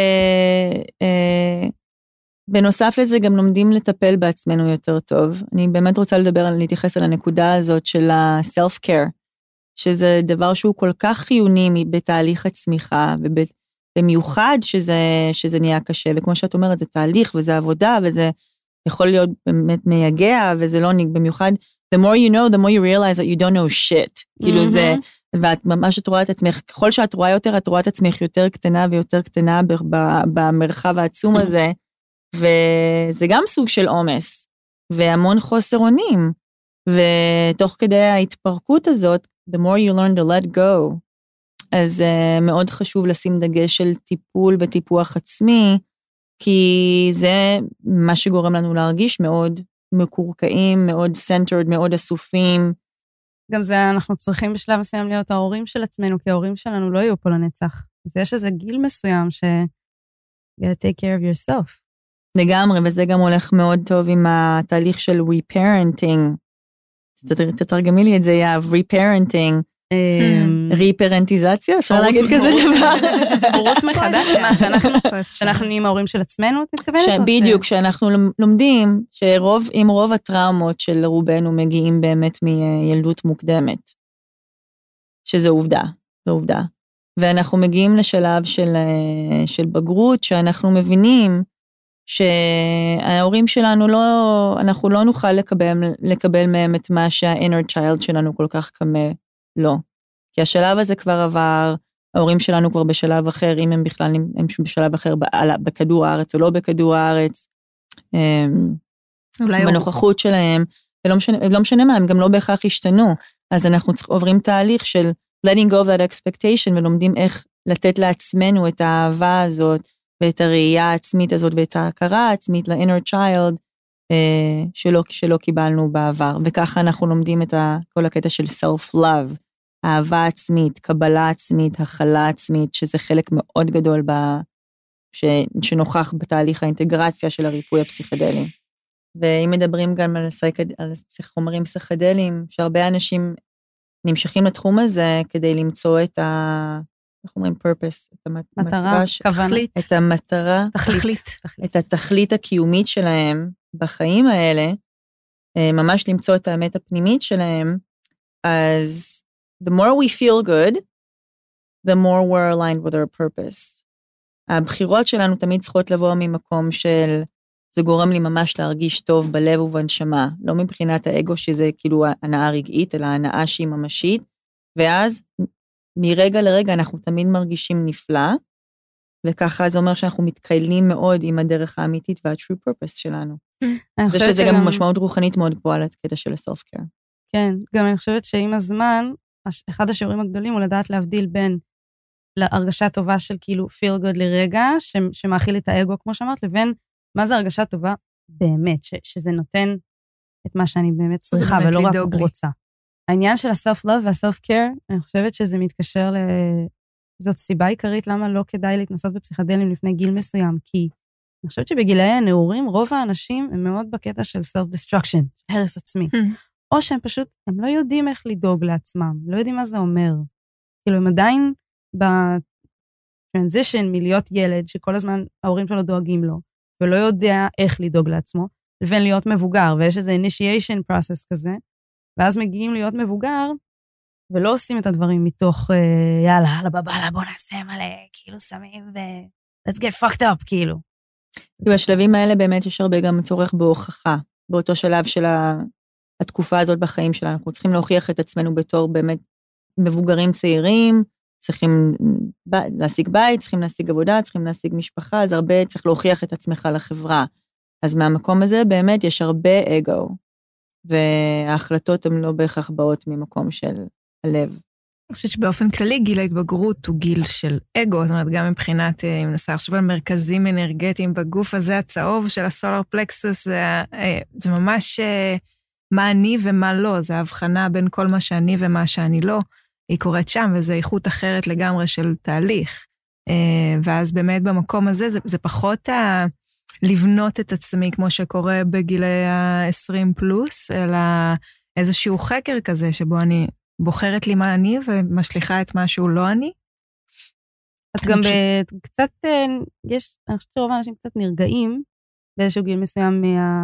ובנוסף לזה גם לומדים לטפל בעצמנו יותר טוב. אני באמת רוצה לדבר, להתייחס על הנקודה הזאת של ה-self-care, שזה דבר שהוא כל כך חיוני בתהליך הצמיחה, ובמיוחד שזה, שזה נהיה קשה, וכמו שאת אומרת, זה תהליך וזה עבודה, וזה יכול להיות באמת מייגע, וזה לא במיוחד, the more you know, the more you realize that you don't know shit. כאילו זה, ואת ממש את רואה את עצמך, ככל שאת רואה יותר, את רואה את עצמך יותר קטנה ויותר קטנה במרחב העצום הזה, וזה גם סוג של עומס, והמון חוסר אונים, ותוך כדי ההתפרקות הזאת, the more you learn to let go, אז uh, מאוד חשוב לשים דגש של טיפול וטיפוח עצמי, כי זה מה שגורם לנו להרגיש מאוד מקורקעים, מאוד centered, מאוד אסופים. גם זה, אנחנו צריכים בשלב מסוים להיות ההורים של עצמנו, כי ההורים שלנו לא יהיו פה לנצח. אז יש איזה גיל מסוים ש... you gotta take care of yourself. לגמרי, וזה גם הולך מאוד טוב עם התהליך של reparenting. תתרגמי לי את זה, יאב, reparenting. ריפרנטיזציה, אפשר להגיד כזה דבר. הורות מחדש, שאנחנו נהיים ההורים של עצמנו, את מתכוונת? בדיוק, שאנחנו לומדים שרוב, אם רוב הטראומות של רובנו מגיעים באמת מילדות מוקדמת, שזה עובדה, זו עובדה. ואנחנו מגיעים לשלב של, של בגרות, שאנחנו מבינים שההורים שלנו לא, אנחנו לא נוכל לקבל, לקבל מהם את מה שה-inner child שלנו כל כך קמה. לא, כי השלב הזה כבר עבר, ההורים שלנו כבר בשלב אחר, אם הם בכלל הם בשלב אחר בכדור הארץ או לא בכדור הארץ, בנוכחות שלהם, ולא משנה, לא משנה מה, הם גם לא בהכרח השתנו, אז אנחנו עוברים תהליך של letting go of that expectation, ולומדים איך לתת לעצמנו את האהבה הזאת, ואת הראייה העצמית הזאת, ואת ההכרה העצמית ל-inner child, שלא, שלא קיבלנו בעבר, וככה אנחנו לומדים את כל הקטע של self-love, אהבה עצמית, קבלה עצמית, הכלה עצמית, שזה חלק מאוד גדול ב, ש, שנוכח בתהליך האינטגרציה של הריפוי הפסיכדלי. ואם מדברים גם על, סייקד, על חומרים פסיכדליים, שהרבה אנשים נמשכים לתחום הזה כדי למצוא את ה... איך אומרים purpose? את המטרה, כוונה. את המטרה, תכלית. את התכלית הקיומית שלהם בחיים האלה, ממש למצוא את האמת הפנימית שלהם, אז the more we feel good, the more we're aligned with our purpose. הבחירות שלנו תמיד צריכות לבוא ממקום של, זה גורם לי ממש להרגיש טוב בלב ובנשמה, לא מבחינת האגו שזה כאילו הנאה רגעית, אלא הנאה שהיא ממשית, ואז מרגע לרגע אנחנו תמיד מרגישים נפלא, וככה זה אומר שאנחנו מתקיילים מאוד עם הדרך האמיתית וה-true purpose שלנו. זה שזה גם משמעות רוחנית מאוד גבוהה לקטע של ה-self-care. כן, גם אני חושבת שעם הזמן, אחד השיעורים הגדולים הוא לדעת להבדיל בין להרגשה טובה של כאילו feel good לרגע, שמאכיל את האגו, כמו שאמרת, לבין מה זה הרגשה טובה באמת, שזה נותן את מה שאני באמת צריכה, ולא רק רוצה. העניין של ה-self-love וה-self-care, אני חושבת שזה מתקשר ל... זאת סיבה עיקרית למה לא כדאי להתנסות בפסיכדלים לפני גיל מסוים, כי אני חושבת שבגילאי הנעורים, רוב האנשים הם מאוד בקטע של self-destruction, הרס עצמי. או שהם פשוט, הם לא יודעים איך לדאוג לעצמם, לא יודעים מה זה אומר. כאילו הם עדיין בטרנזישן מלהיות ילד, שכל הזמן ההורים שלו דואגים לו, ולא יודע איך לדאוג לעצמו, לבין להיות מבוגר, ויש איזה initiation process כזה, ואז מגיעים להיות מבוגר, ולא עושים את הדברים מתוך, יאללה, יאללה, בבאללה, בוא נעשה מלא, כאילו שמים ו... let's get fucked up, כאילו. בשלבים האלה באמת יש הרבה גם צורך בהוכחה, באותו שלב של התקופה הזאת בחיים שלנו, אנחנו צריכים להוכיח את עצמנו בתור באמת מבוגרים צעירים, צריכים להשיג בית, צריכים להשיג עבודה, צריכים להשיג משפחה, אז הרבה צריך להוכיח את עצמך לחברה. אז מהמקום הזה באמת יש הרבה אגו, וההחלטות הן לא בהכרח באות ממקום של הלב. אני חושבת שבאופן כללי גיל ההתבגרות הוא גיל של אגו, זאת אומרת גם מבחינת, אם ננסה עכשיו על מרכזים אנרגטיים בגוף הזה, הצהוב של הסולר פלקסוס, זה, זה ממש מה אני ומה לא, זה ההבחנה בין כל מה שאני ומה שאני לא, היא קורית שם, וזו איכות אחרת לגמרי של תהליך. ואז באמת במקום הזה, זה, זה פחות ה... לבנות את עצמי כמו שקורה בגילי ה-עשרים פלוס, אלא איזשהו חקר כזה, שבו אני בוחרת לי מה אני, ומשליחה את משהו לא אני. אז גם קצת, יש, אני חושבת שרוב האנשים קצת נרגעים, באיזשהו גיל מסוים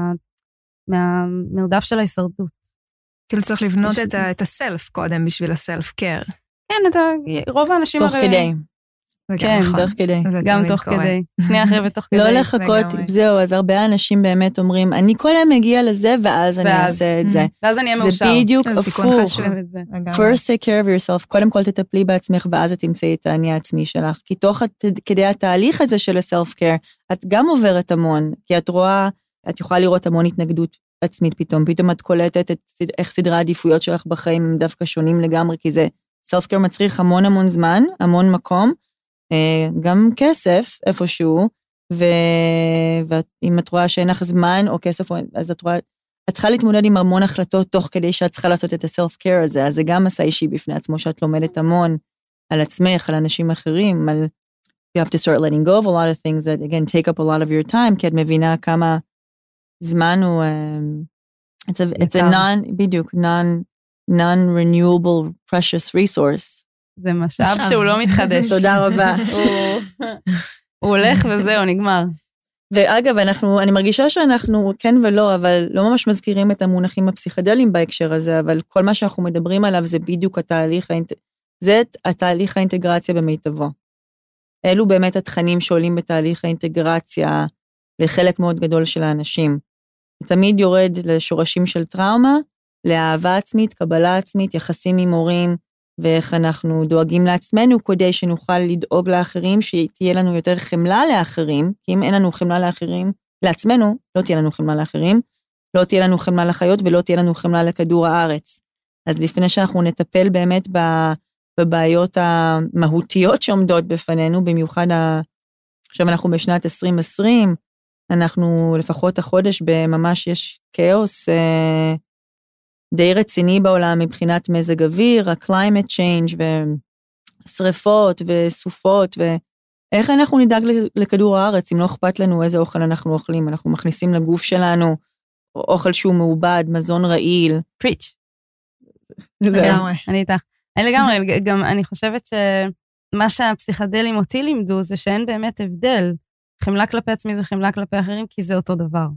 מהמרדף של ההישרדות. כאילו צריך לבנות את הסלף קודם, בשביל הסלף קר. כן, רוב האנשים... תוך כדי. כן, תוך כדי. גם תוך כדי. לפני אחרי ותוך כדי. לא לחכות, זהו, אז הרבה אנשים באמת אומרים, אני כל היום מגיע לזה, ואז אני אעשה את זה. ואז אני אהיה מאושר. זה בדיוק הפוך. First take care of yourself, קודם כל תטפלי בעצמך, ואז את תמצאי את העני העצמי שלך. כי תוך כדי התהליך הזה של ה-self-care, את גם עוברת המון, כי את רואה, את יכולה לראות המון התנגדות עצמית פתאום. פתאום את קולטת את איך סדרי העדיפויות שלך בחיים הם דווקא שונים לגמרי, כי זה self-care מצריך המון המון זמן, המון מקום, גם כסף איפשהו, ואם את רואה שאין לך זמן או כסף, אז את רואה, את צריכה להתמודד עם המון החלטות תוך כדי שאת צריכה לעשות את ה-self-care הזה, אז זה גם מסע אישי בפני עצמו, שאת לומדת המון על עצמך, על אנשים אחרים, על, you have to start letting go of a lot of things that, again, take up a lot of your time, כי את מבינה כמה זמן הוא, um, it's a, it's a non, בדיוק, non, non-renewable precious resource. זה משאב שהוא לא מתחדש. תודה רבה. הוא הולך וזהו, נגמר. ואגב, אנחנו, אני מרגישה שאנחנו כן ולא, אבל לא ממש מזכירים את המונחים הפסיכדליים בהקשר הזה, אבל כל מה שאנחנו מדברים עליו זה בדיוק התהליך, זה התהליך האינטגרציה במיטבו. אלו באמת התכנים שעולים בתהליך האינטגרציה לחלק מאוד גדול של האנשים. תמיד יורד לשורשים של טראומה, לאהבה עצמית, קבלה עצמית, יחסים עם הורים, ואיך אנחנו דואגים לעצמנו כדי שנוכל לדאוג לאחרים, שתהיה לנו יותר חמלה לאחרים, כי אם אין לנו חמלה לאחרים, לעצמנו, לא תהיה לנו חמלה לאחרים, לא תהיה לנו חמלה לחיות, ולא תהיה לנו חמלה לכדור הארץ. אז לפני שאנחנו נטפל באמת בבעיות המהותיות שעומדות בפנינו, במיוחד עכשיו אנחנו בשנת עשרים עשרים, אנחנו לפחות החודש בממש יש כאוס, די רציני בעולם מבחינת מזג אוויר, ה-climate change ושריפות וסופות, ואיך אנחנו נדאג לכדור הארץ, אם לא אכפת לנו איזה אוכל אנחנו אוכלים, אנחנו מכניסים לגוף שלנו, אוכל שהוא מעובד, מזון רעיל. פריץ'. לגמרי, אני איתך. אני לגמרי, גם אני חושבת שמה שהפסיכדלים אותי לימדו, זה שאין באמת הבדל. חמלה כלפי עצמי זה חמלה כלפי אחרים, כי זה אותו דבר.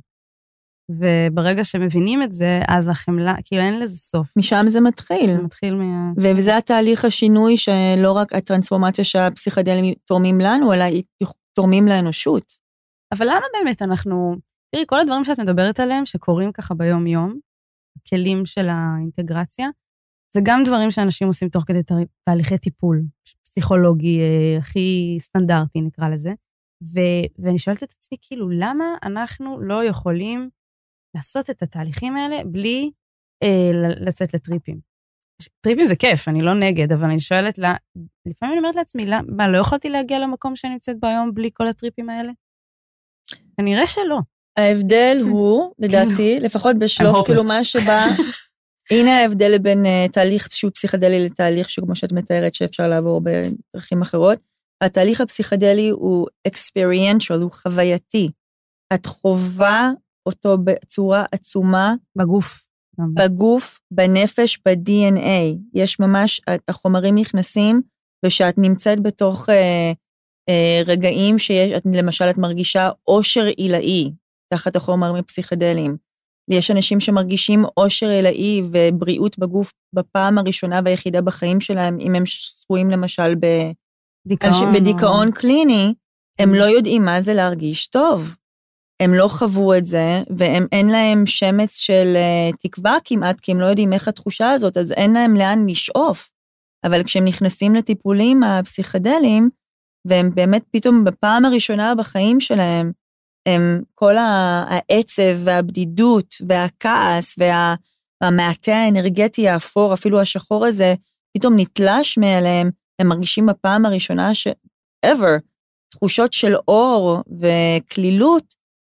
וברגע שמבינים את זה, אז החמלה, כאילו אין לזה סוף. משם זה מתחיל. זה מתחיל מה... וזה התהליך השינוי, שלא רק הטרנספורמציה שהפסיכדלים תורמים לנו, אלא תורמים לאנושות. אבל למה באמת אנחנו, תראי, כל הדברים שאת מדברת עליהם, שקורים ככה ביום יום, הכלים של האינטגרציה, זה גם דברים שאנשים עושים תוך כדי תהליכי טיפול, פסיכולוגי הכי סטנדרטי נקרא לזה, ו- ואני שואלת את עצמי, כאילו, למה אנחנו לא יכולים לעשות את התהליכים האלה בלי אה, לצאת לטריפים? טריפים זה כיף, אני לא נגד, אבל אני שואלת, לה, לפעמים אני אומרת לעצמי, מה, לא יכולתי להגיע למקום שאני נמצאת ביום בלי כל הטריפים האלה? כנראה שלא. ההבדל הוא, לדעתי, לפחות בשלוף, כאילו מה שבא, הנה ההבדל בין uh, תהליך שהוא פסיכדלי לתהליך שכמו שאת מתארת שאפשר לעבור בדרכים אחרות, התהליך הפסיכדלי הוא experiential, הוא חווייתי. את חובה אותו בצורה עצומה. בגוף. בגוף, בנפש, ב-די אן איי. יש ממש, החומרים נכנסים, ושאת נמצאת בתוך אה, אה, רגעים שיש, את, למשל את מרגישה אושר עילאי, תחת החומרים הפסיכדליים. יש אנשים שמרגישים אושר עילאי ובריאות בגוף בפעם הראשונה והיחידה בחיים שלהם, אם הם שרויים למשל ב... דיכאון, בדיכאון או... קליני, הם לא יודעים מה זה להרגיש טוב. הם לא חוו את זה, ואין להם שמץ של uh, תקווה כמעט, כי הם לא יודעים איך התחושה הזאת, אז אין להם לאן לשאוף. אבל כשהם נכנסים לטיפולים הפסיכדליים, והם באמת פתאום בפעם הראשונה בחיים שלהם, הם כל העצב והבדידות והכעס וה, והמעטה האנרגטי האפור, אפילו השחור הזה, פתאום נתלש מעליהם, הם מרגישים בפעם הראשונה ש- ever, תחושות של אור וכלילות,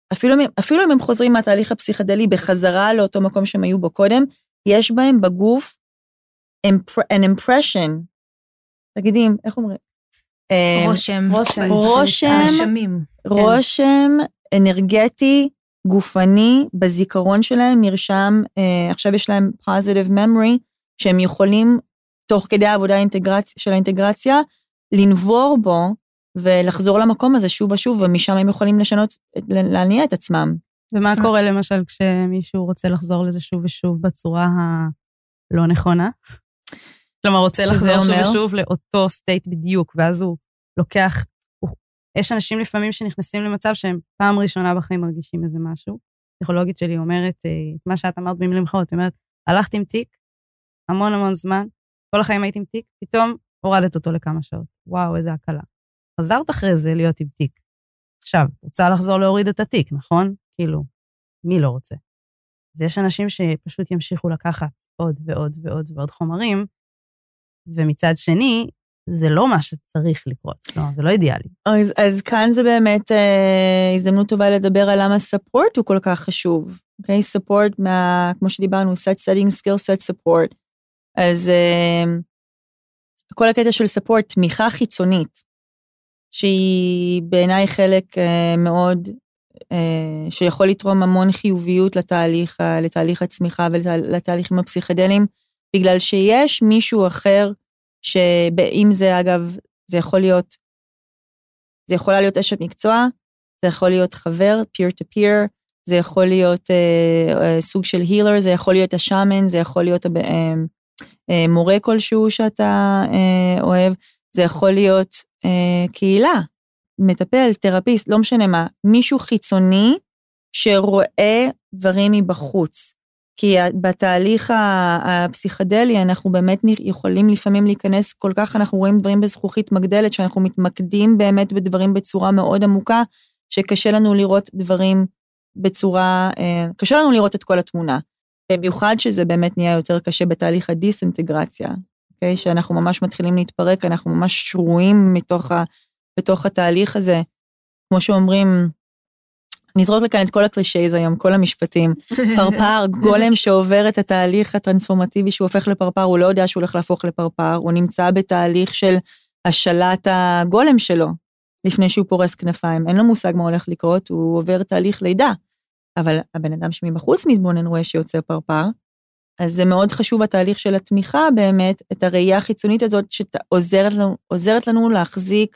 אפילו, אפילו אם הם חוזרים מהתהליך הפסיכדלי בחזרה לאותו מקום שהם היו בו קודם, יש בהם בגוף an impression, תגידים, איך אומרים? רושם. רושם. רושם, רושם אנרגטי, גופני, בזיכרון שלהם נרשם, עכשיו יש להם positive memory, שהם יכולים, תוך כדי העבודה של האינטגרציה, לנבור בו, ולחזור למקום הזה שוב ושוב, ומשם הם יכולים לשנות, להניע את עצמם. ומה קורה למשל כשמישהו רוצה לחזור לזה שוב ושוב בצורה הלא נכונה? כלומר, רוצה לחזור שוב ושוב לאותו סטייט בדיוק, ואז הוא לוקח, יש אנשים לפעמים שנכנסים למצב שהם פעם ראשונה בחיים מרגישים איזה משהו. פסיכולוגית שלי אומרת, את מה שאת אמרת במילים אחרות, היא אומרת, הלכת עם תיק, המון המון זמן, כל החיים הייתי עם תיק, פתאום הורדת אותו לכמה שעות. וואו, איזה הקלה. חזרת אחרי זה להיות עם תיק. עכשיו, רוצה לחזור להוריד את התיק, נכון? כאילו, מי לא רוצה? אז יש אנשים שפשוט ימשיכו לקחת עוד ועוד ועוד ועוד חומרים, ומצד שני, זה לא מה שצריך לקרות, לא, זה לא אידיאלי. אז, אז כאן זה באמת אה, הזדמנות טובה לדבר על למה support הוא כל כך חשוב. אוקיי? Okay? support, מה, כמו שדיברנו, set setting skill, set support. אז אה, כל הקטע של support, תמיכה חיצונית, שהיא בעיניי חלק אה, מאוד, אה, שיכול לתרום המון חיוביות לתהליך, לתהליך הצמיחה ולתהליכים הפסיכדליים, בגלל שיש מישהו אחר, שאם זה אגב, זה יכול להיות, זה יכולה להיות אשת מקצוע, זה יכול להיות חבר, peer to peer, זה יכול להיות אה, אה, סוג של healer, זה יכול להיות השאמן, זה יכול להיות אה, אה, מורה כלשהו שאתה אה, אוהב, זה יכול להיות אה, קהילה, מטפל, תרפיסט, לא משנה מה, מישהו חיצוני שרואה דברים מבחוץ, כי בתהליך הפסיכדלי אנחנו באמת יכולים לפעמים להיכנס כל כך, אנחנו רואים דברים בזכוכית מגדלת, שאנחנו מתמקדים באמת בדברים בצורה מאוד עמוקה, שקשה לנו לראות דברים בצורה, קשה לנו לראות את כל התמונה, במיוחד שזה באמת נהיה יותר קשה בתהליך הדיסאינטגרציה, okay? שאנחנו ממש מתחילים להתפרק, אנחנו ממש שרויים מתוך, ה, בתוך התהליך הזה, כמו שאומרים, נזרוק לכאן את כל הקלישייז היום, כל המשפטים, פרפר, גולם שעובר את התהליך הטרנספורמטיבי שהוא הופך לפרפר, הוא לא יודע שהוא הולך להפוך לפרפר, הוא נמצא בתהליך של השלט הגולם שלו, לפני שהוא פורס כנפיים, אין לו מושג מה הולך לקרות, הוא עובר תהליך לידה, אבל הבן אדם שמבחוץ מתבונן רואה שיוצא פרפר, אז זה מאוד חשוב התהליך של התמיכה באמת, את הראייה החיצונית הזאת, שעוזרת לנו, עוזרת לנו להחזיק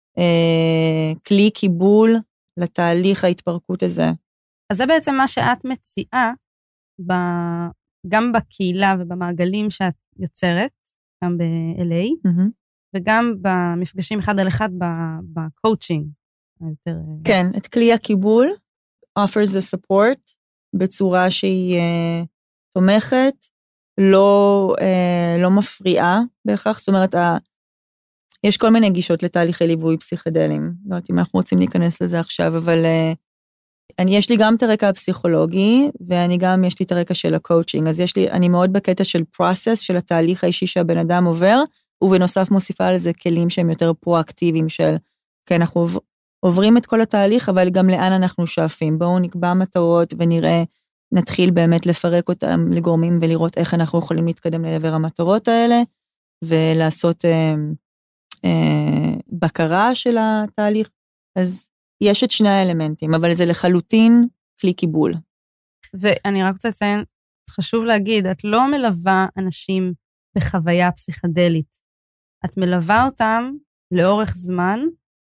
אה, כלי קיבול, לתהליך ההתפרקות הזה. אז זה בעצם מה שאת מציעה, ב... גם בקהילה ובמעגלים שאת יוצרת, גם ב-אל איי, mm-hmm. וגם במפגשים אחד על אחד בקואוצ'ינג. היותר... כן, את כלי הקיבול, offers the support, בצורה שהיא uh, תומכת, לא, uh, לא מפריעה בהכרח, זאת אומרת, ה... יש כל מיני גישות לתהליכי ליווי פסיכדליים, לא יודעת אם אנחנו רוצים להיכנס לזה עכשיו, אבל uh, אני, יש לי גם את הרקע הפסיכולוגי, ואני גם, יש לי את הרקע של הקואוצ'ינג, אז יש לי, אני מאוד בקטע של process, של התהליך האישי שהבן אדם עובר, ובנוסף מוסיפה על זה כלים שהם יותר פרואקטיביים של, כי אנחנו עוברים את כל התהליך, אבל גם לאן אנחנו שואפים, בואו נקבע מטרות ונראה, נתחיל באמת לפרק אותם לגורמים, ולראות איך אנחנו יכולים להתקדם לעבר המטרות האלה, ולעשות... Uh, בקרה של התהליך, אז יש את שני האלמנטים, אבל זה לחלוטין כלי קיבול. ואני רק רוצה לציין, חשוב להגיד, את לא מלווה אנשים בחוויה פסיכדלית, את מלווה אותם לאורך זמן,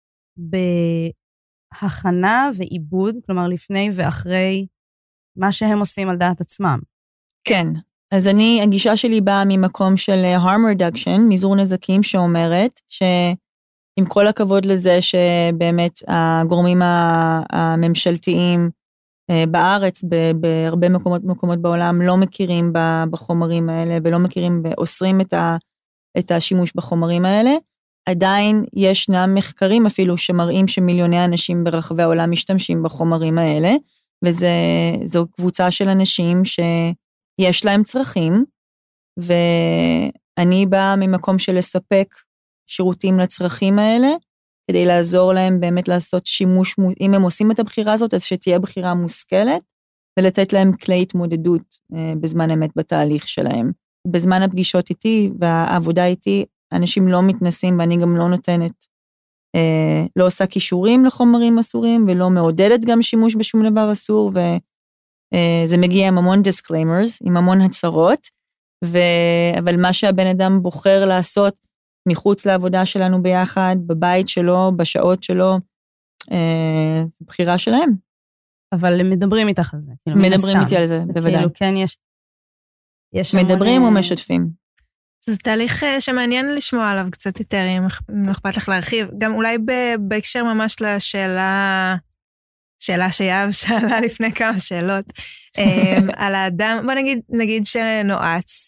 בהכנה ועיבוד, כלומר לפני ואחרי מה שהם עושים על דעת עצמם. כן, אז אני, הגישה שלי באה ממקום של harm reduction, מזעור נזקים שאומרת, שעם כל הכבוד לזה שבאמת הגורמים הממשלתיים בארץ, בהרבה מקומות, מקומות בעולם, לא מכירים בחומרים האלה, ולא מכירים, ואוסרים את, ה, את השימוש בחומרים האלה, עדיין ישנם מחקרים אפילו שמראים שמיליוני אנשים ברחבי העולם משתמשים בחומרים האלה, וזו קבוצה של אנשים ש... יש להם צרכים, ואני באה ממקום של לספק שירותים לצרכים האלה, כדי לעזור להם באמת לעשות שימוש, אם הם עושים את הבחירה הזאת, אז שתהיה בחירה מושכלת, ולתת להם כלי התמודדות בזמן אמת בתהליך שלהם. בזמן הפגישות איתי והעבודה איתי, אנשים לא מתנסים, ואני גם לא נותנת, לא עושה קישורים לחומרים אסורים, ולא מעודדת גם שימוש בשום דבר אסור, וזה מגיע עם המון disclaimers, עם המון הצהרות, ו... אבל מה שהבן אדם בוחר לעשות, מחוץ לעבודה שלנו ביחד, בבית שלו, בשעות שלו, בחירה שלהם. אבל הם מדברים איתך על זה. מדברים איתי על זה, בוודאי. כאילו כן יש... יש מדברים או משתפים? זה תהליך שמעניין לשמוע עליו קצת יותר, אם אכפת לך להרחיב. גם אולי בהקשר ממש לשאלה, שאלה שיאב שאלה לפני כמה שאלות, על האדם, בוא נגיד, נגיד שנועץ,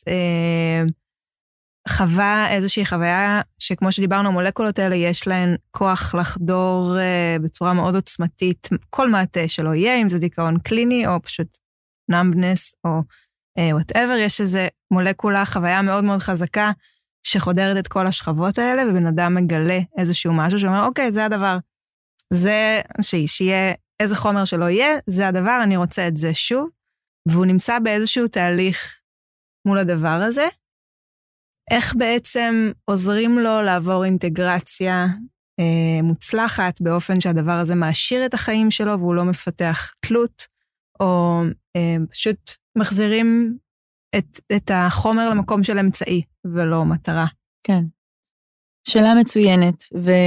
חווה איזושהי חוויה, שכמו שדיברנו, המולקולות האלה יש להן כוח לחדור בצורה מאוד עוצמתית, כל מעטה שלא יהיה, אם זה דיכאון קליני, או פשוט numbness, או whatever, יש איזו מולקולה, חוויה מאוד מאוד חזקה, שחודרת את כל השכבות האלה, ובן אדם מגלה איזשהו משהו, שאומר, אוקיי, זה הדבר. זה, שיהיה איזה חומר שלא יהיה, זה הדבר, אני רוצה את זה שוב, והוא נמצא באיזשהו תהליך מול הדבר הזה, איך בעצם עוזרים לו לעבור אינטגרציה אה, מוצלחת, באופן שהדבר הזה מעשיר את החיים שלו, והוא לא מפתח תלות, או אה, פשוט מחזירים את, את החומר למקום של אמצעי, ולא מטרה. כן. שאלה מצוינת,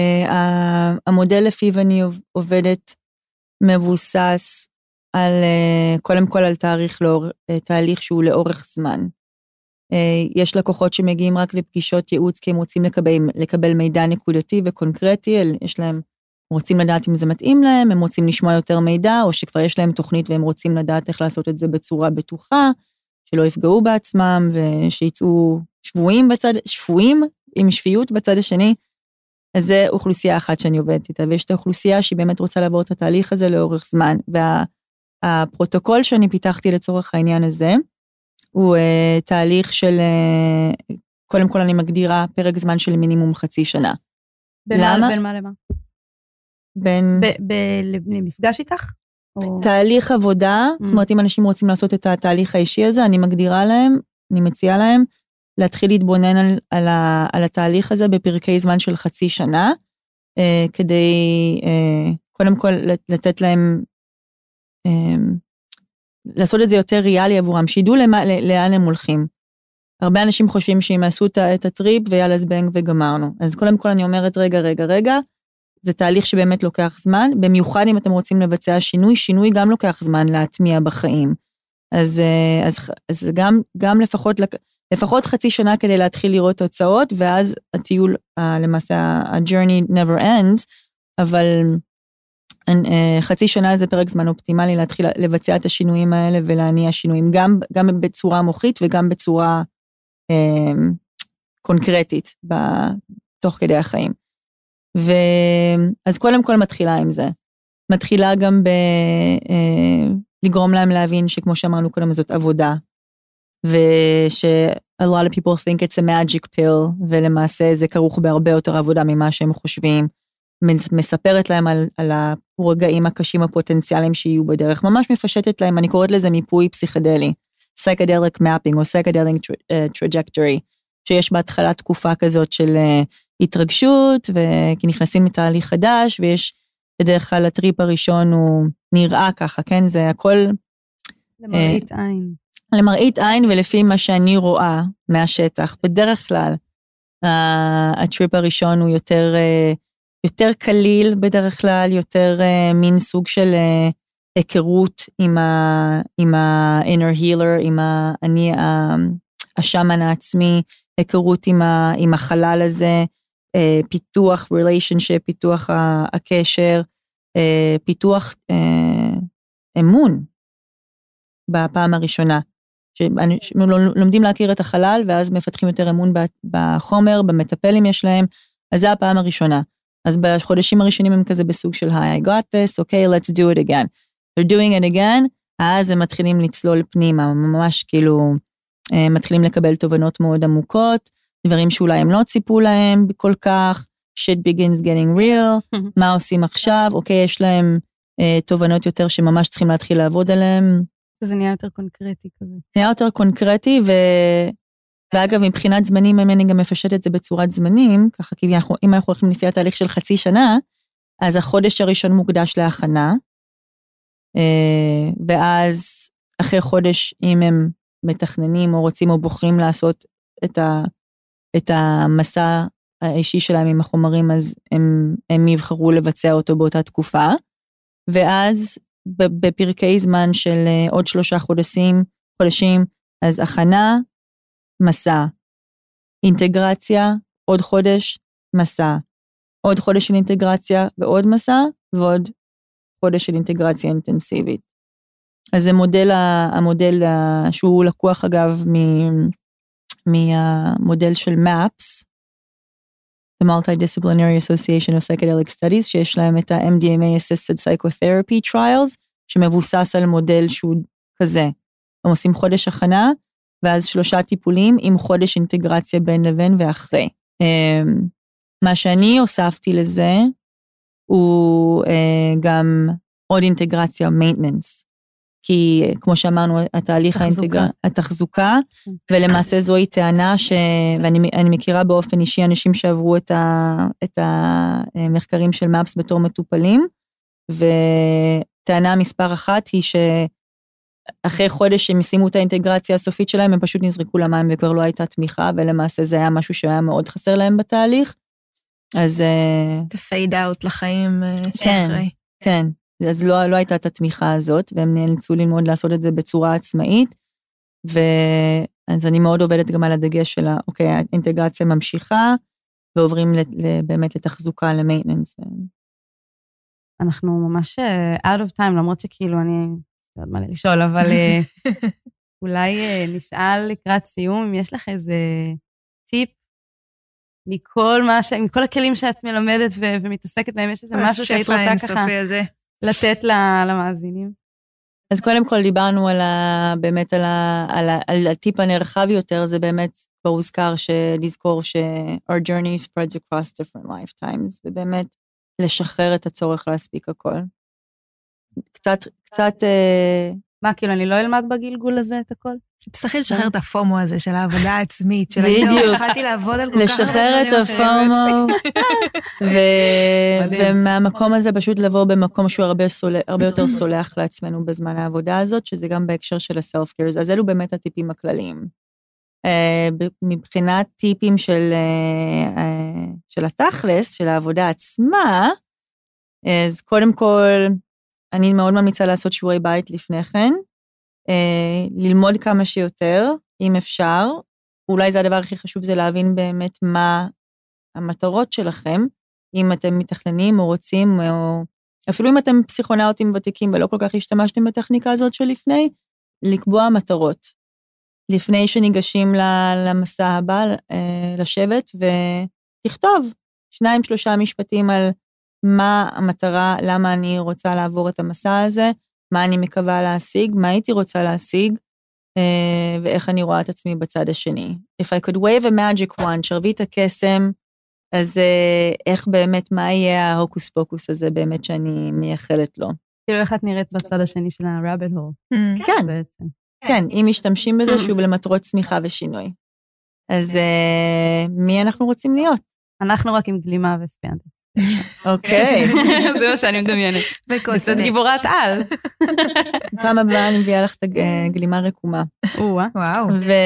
והמודל לפיו אני עובדת מבוסס על, קודם כל על תאריך, תהליך שהוא לאורך זמן. יש לקוחות שמגיעים רק לפגישות ייעוץ, כי הם רוצים לקבל, לקבל מידע נקודתי וקונקרטי, יש להם, רוצים לדעת אם זה מתאים להם, הם רוצים לשמוע יותר מידע, או שכבר יש להם תוכנית והם רוצים לדעת איך לעשות את זה בצורה בטוחה, שלא יפגעו בעצמם, ושיצאו שבויים בצד, שפויים עם שפיות בצד השני. אז זה אוכלוסייה אחת שאני עובדת איתה, ויש את האוכלוסייה שהיא באמת רוצה לעבור את התהליך הזה לאורך זמן, והפרוטוקול שאני פיתחתי לצורך העניין הזה, הוא uh, תהליך של, uh, קודם כל אני מגדירה פרק זמן של מינימום חצי שנה. בין למה? בין מה למה? בין... למפגש איתך? או... תהליך עבודה, mm. זאת אומרת, אם אנשים רוצים לעשות את התהליך האישי הזה, אני מגדירה להם, אני מציעה להם, להתחיל להתבונן על, על, ה, על התהליך הזה בפרקי זמן של חצי שנה, uh, כדי uh, קודם כל לתת להם, uh, לעשות את זה יותר ריאלי עבורם, שידעו למה, לאן הם הולכים. הרבה אנשים חושבים שהם יעשו את הטריפ ויאללה זבנג וגמרנו. אז קודם כל אני אומרת רגע, רגע, רגע, זה תהליך שבאמת לוקח זמן, במיוחד אם אתם רוצים לבצע שינוי, שינוי גם לוקח זמן להטמיע בחיים. אז, אז, אז גם, גם לפחות, לפחות חצי שנה כדי להתחיל לראות תוצאות, ואז הטיול, למעשה ה-journey never ends, אבל חצי שנה זה פרק זמן אופטימלי להתחיל לבצע את השינויים האלה ולהניע שינויים, גם, גם בצורה מוחית וגם בצורה אה, קונקרטית, בתוך כדי החיים. ואז קודם כל מתחילה עם זה. מתחילה גם ב, אה, לגרום להם להבין שכמו שאמרנו קודם זאת עבודה, וש a lot of people think it's a magic pill, ולמעשה זה כרוך בהרבה יותר עבודה ממה שהם חושבים, מספרת להם על, על הרגעים הקשים הפוטנציאליים שיהיו בדרך, ממש מפשטת להם, אני קוראת לזה מיפוי פסיכדלי, psychedelic mapping או psychedelic trajectory, שיש בהתחלה תקופה כזאת של התרגשות, כי נכנסים לתהליך חדש, ויש בדרך כלל הטריפ הראשון הוא נראה ככה, כן, זה הכל... למראית עין. למראית עין, ולפי מה שאני רואה מהשטח, בדרך כלל, הטריפ הראשון הוא יותר... יותר קליל בדרך כלל, יותר uh, מין סוג של uh, היכרות עם ה, עם ה-inner healer, עם ה, אני, ה, השמן העצמי, היכרות עם, ה, עם החלל הזה, uh, פיתוח relationship, פיתוח ה, הקשר, uh, פיתוח uh, אמון בפעם הראשונה. שלומדים להכיר את החלל, ואז מפתחים יותר אמון בחומר, במטפלים יש להם, אז זה הפעם הראשונה. אז בחודשים הראשונים הם כזה בסוג של, hi, I got this, okay, let's do it again. They're doing it again, אז הם מתחילים לצלול פנימה, ממש כאילו, מתחילים לקבל תובנות מאוד עמוקות, דברים שאולי הם לא ציפו להם כל כך, shit begins getting real, מה עושים עכשיו, אוקיי, יש להם uh, תובנות יותר שממש צריכים להתחיל לעבוד עליהם. זה נהיה יותר קונקרטי כזה. נהיה יותר קונקרטי, ו... ואגב, מבחינת זמנים, אני גם מפשט את זה בצורת זמנים, ככה כי אנחנו, אם אנחנו הולכים לפי התהליך של חצי שנה, אז החודש הראשון מוקדש להכנה, ואז אחרי חודש, אם הם מתכננים או רוצים או בוחרים לעשות את, ה, את המסע האישי שלהם עם החומרים, אז הם, הם יבחרו לבצע אותו באותה תקופה, ואז בפרקי זמן של עוד שלושה חודשים, חודשים, אז הכנה, מסע, אינטגרציה, עוד חודש, מסע, עוד חודש של אינטגרציה ועוד מסע, ועוד חודש של אינטגרציה אינטנסיבית. אז זה מודל, המודל שהוא לקוח אגב מהמודל של מאפס, The Multidisciplinary Association of Psychedelic Studies, שיש להם את ה-אם די אם איי Assisted Psychotherapy Trials, שמבוסס על מודל שהוא כזה. הם עושים חודש הכנה, ואז שלושה טיפולים עם חודש אינטגרציה בין לבין ואחרי. מה שאני הוספתי לזה, הוא גם עוד אינטגרציה, maintenance. כי כמו שאמרנו, התהליך האינטגרציה, התחזוקה, ולמעשה זוהי טענה ש... ואני מכירה באופן אישי אנשים שעברו את, ה... את המחקרים של מאפס בתור מטופלים, וטענה מספר אחת היא שאחרי חודש שהם שימו את האינטגרציה הסופית שלהם, הם פשוט נזרקו למים וכבר לא הייתה תמיכה, ולמעשה זה היה משהו שהיה מאוד חסר להם בתהליך. אז... The fade out לחיים כן, שאחרי. כן. אז לא, לא הייתה את התמיכה הזאת, והם נאלצו ללמוד לעשות את זה בצורה עצמאית, ואז אני מאוד עובדת גם על הדגש של, אוקיי, האינטגרציה ממשיכה, ועוברים באמת לתחזוקה, למייטננס. אנחנו ממש out of time, למרות שכאילו אני, לא יודעת מה לשאול, אבל אולי נשאל לקראת סיום, אם יש לך איזה טיפ, מכל, מה ש... מכל הכלים שאת מלמדת ו... ומתעסקת בהם, יש איזה משהו שהיית רוצה ככה לתת למאזינים? אז קודם כל דיברנו על ה... באמת על, ה... על, ה... על הטיפ הנרחב יותר, זה באמת כבר הוזכר שלזכור ש- our journey spreads across different lifetimes, ובאמת לשחרר את הצורך להספיק הכל. קצת, קצת... מה, כאילו אני לא אלמד בגלגול הזה את הכל? תצטרכי לשחרר את הפומו הזה של העבודה העצמית, של בדיוק. התחלתי לעבוד על כל כך לשחרר את הפומו, ומהמקום הזה פשוט לבוא במקום שהוא הרבה יותר סולח לעצמנו בזמן העבודה הזאת, שזה גם בהקשר של ה-self-care, אז אלו באמת הטיפים הכלליים. מבחינת טיפים של, של התכלס, של העבודה עצמה, אז קודם כל, אני מאוד ממליצה לעשות שיעורי בית לפני כן, ללמוד כמה שיותר, אם אפשר, אולי זה הדבר הכי חשוב, זה להבין באמת מה המטרות שלכם, אם אתם מתכננים או רוצים, או אפילו אם אתם פסיכונאוטים ותיקים ולא כל כך השתמשתם בטכניקה הזאת שלפני, לקבוע מטרות. לפני שניגשים למסע הבא, לשבת ולכתוב שניים שלושה משפטים על מה המטרה, למה אני רוצה לעבור את המסע הזה, מה אני מקווה להשיג, מה הייתי רוצה להשיג, ואיך אני רואה את עצמי בצד השני. If I could wave a magic wand, שרביט הקסם, אז איך באמת, מה יהיה ההוקוס פוקוס הזה באמת שאני מייחלת לו. כאילו איך את נראית בצד השני של ה-rabbit hole. כן, בעצם. כן, אם משתמשים בזה שוב למטרות צמיחה ושינוי. אז מי אנחנו רוצים להיות? אנחנו רק עם גלימה וספיאנטה. אוקיי. זה מה שאני מדמיינת. וקוסטה. זאת גיבורת על. פעם הבאה אני מביאה לך את הגלימה רקומה. וואו.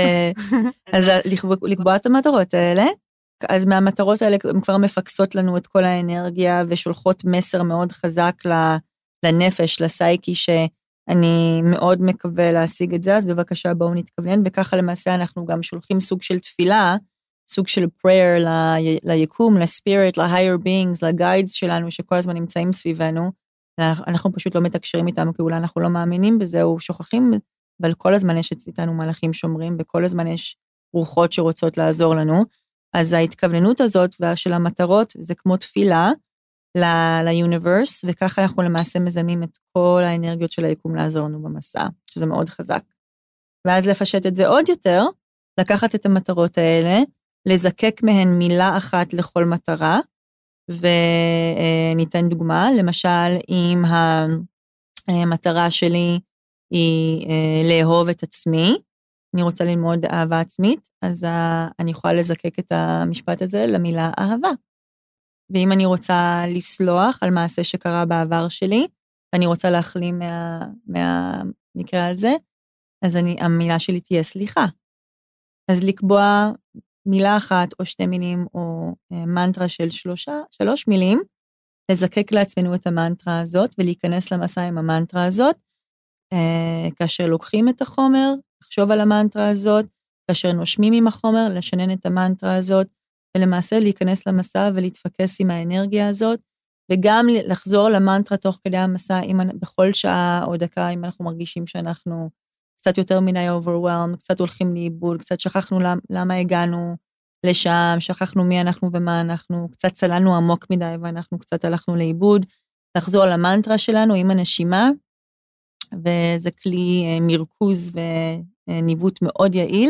אז לקבוע את המטרות האלה, אז מהמטרות האלה הן כבר מפקסות לנו את כל האנרגיה, ושולחות מסר מאוד חזק לנפש, לסייקי, שאני מאוד מקווה להשיג את זה, אז בבקשה בואו נתכוונן, וככה למעשה אנחנו גם שולחים סוג של תפילה, סוג של prayer ל- ליקום, לספיריט, ל-higher beings, לגיידס שלנו, שכל הזמן נמצאים סביבנו, אנחנו פשוט לא מתקשרים איתם, כי אולי אנחנו לא מאמינים בזה, או שוכחים, אבל כל הזמן יש איתנו מלאכים שומרים, וכל הזמן יש רוחות שרוצות לעזור לנו, אז ההתכווננות הזאת של המטרות, זה כמו תפילה ל-universe, וככה אנחנו למעשה מזמנים את כל האנרגיות של היקום לעזור לנו במסע, שזה מאוד חזק. ואז לפשט את זה עוד יותר, לקחת את המטרות האלה, לזקק מהן מילה אחת לכל מטרה, וניתן דוגמה, למשל, אם המטרה שלי היא לאהוב את עצמי, אני רוצה ללמוד אהבה עצמית, אז אני יכולה לזקק את המשפט הזה למילה אהבה. ואם אני רוצה לסלוח על מעשה שקרה בעבר שלי, ואני רוצה להחלים מה, מהמקרה הזה, אז אני, המילה שלי תהיה סליחה. אז לקבוע מילה אחת או שתי מילים, או מנטרה של שלושה, שלוש מילים, לזקק לעצמנו את המנטרה הזאת, ולהיכנס למסע עם המנטרה הזאת, כאשר לוקחים את החומר, לחשוב על המנטרה הזאת, כאשר נושמים עם החומר, לשנן את המנטרה הזאת, ולמעשה להיכנס למסע ולהתפקס עם האנרגיה הזאת, וגם לחזור למנטרה תוך כדי המסע, בכל שעה או דקה, אם אנחנו מרגישים שאנחנו קצת יותר מדי overwhelmed, קצת הולכים לאיבוד, קצת שכחנו למה הגענו לשם, שכחנו מי אנחנו ומה אנחנו, קצת צללנו עמוק מדי ואנחנו קצת הלכנו לאיבוד, לחזור למנטרה שלנו עם הנשימה, וזה כלי מרכוז וניווט מאוד יעיל,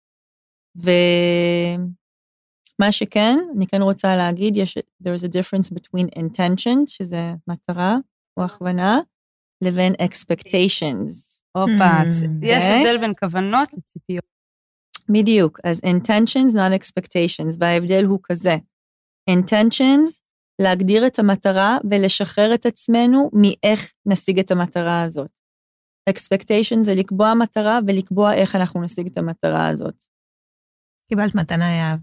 ומה שכן, אני כן רוצה להגיד, יש, there's a difference between intentions, שזה מטרה או הכוונה, לבין expectations. אופה, יש הבדל בין כוונות לציפיות. בדיוק, אז intentions, not expectations, וההבדל הוא כזה. intentions, להגדיר את המטרה ולשחרר את עצמנו מאיך נשיג את המטרה הזאת. expectation זה לקבוע מטרה ולקבוע איך אנחנו נשיג את המטרה הזאת. קיבלת מתנה יאהב.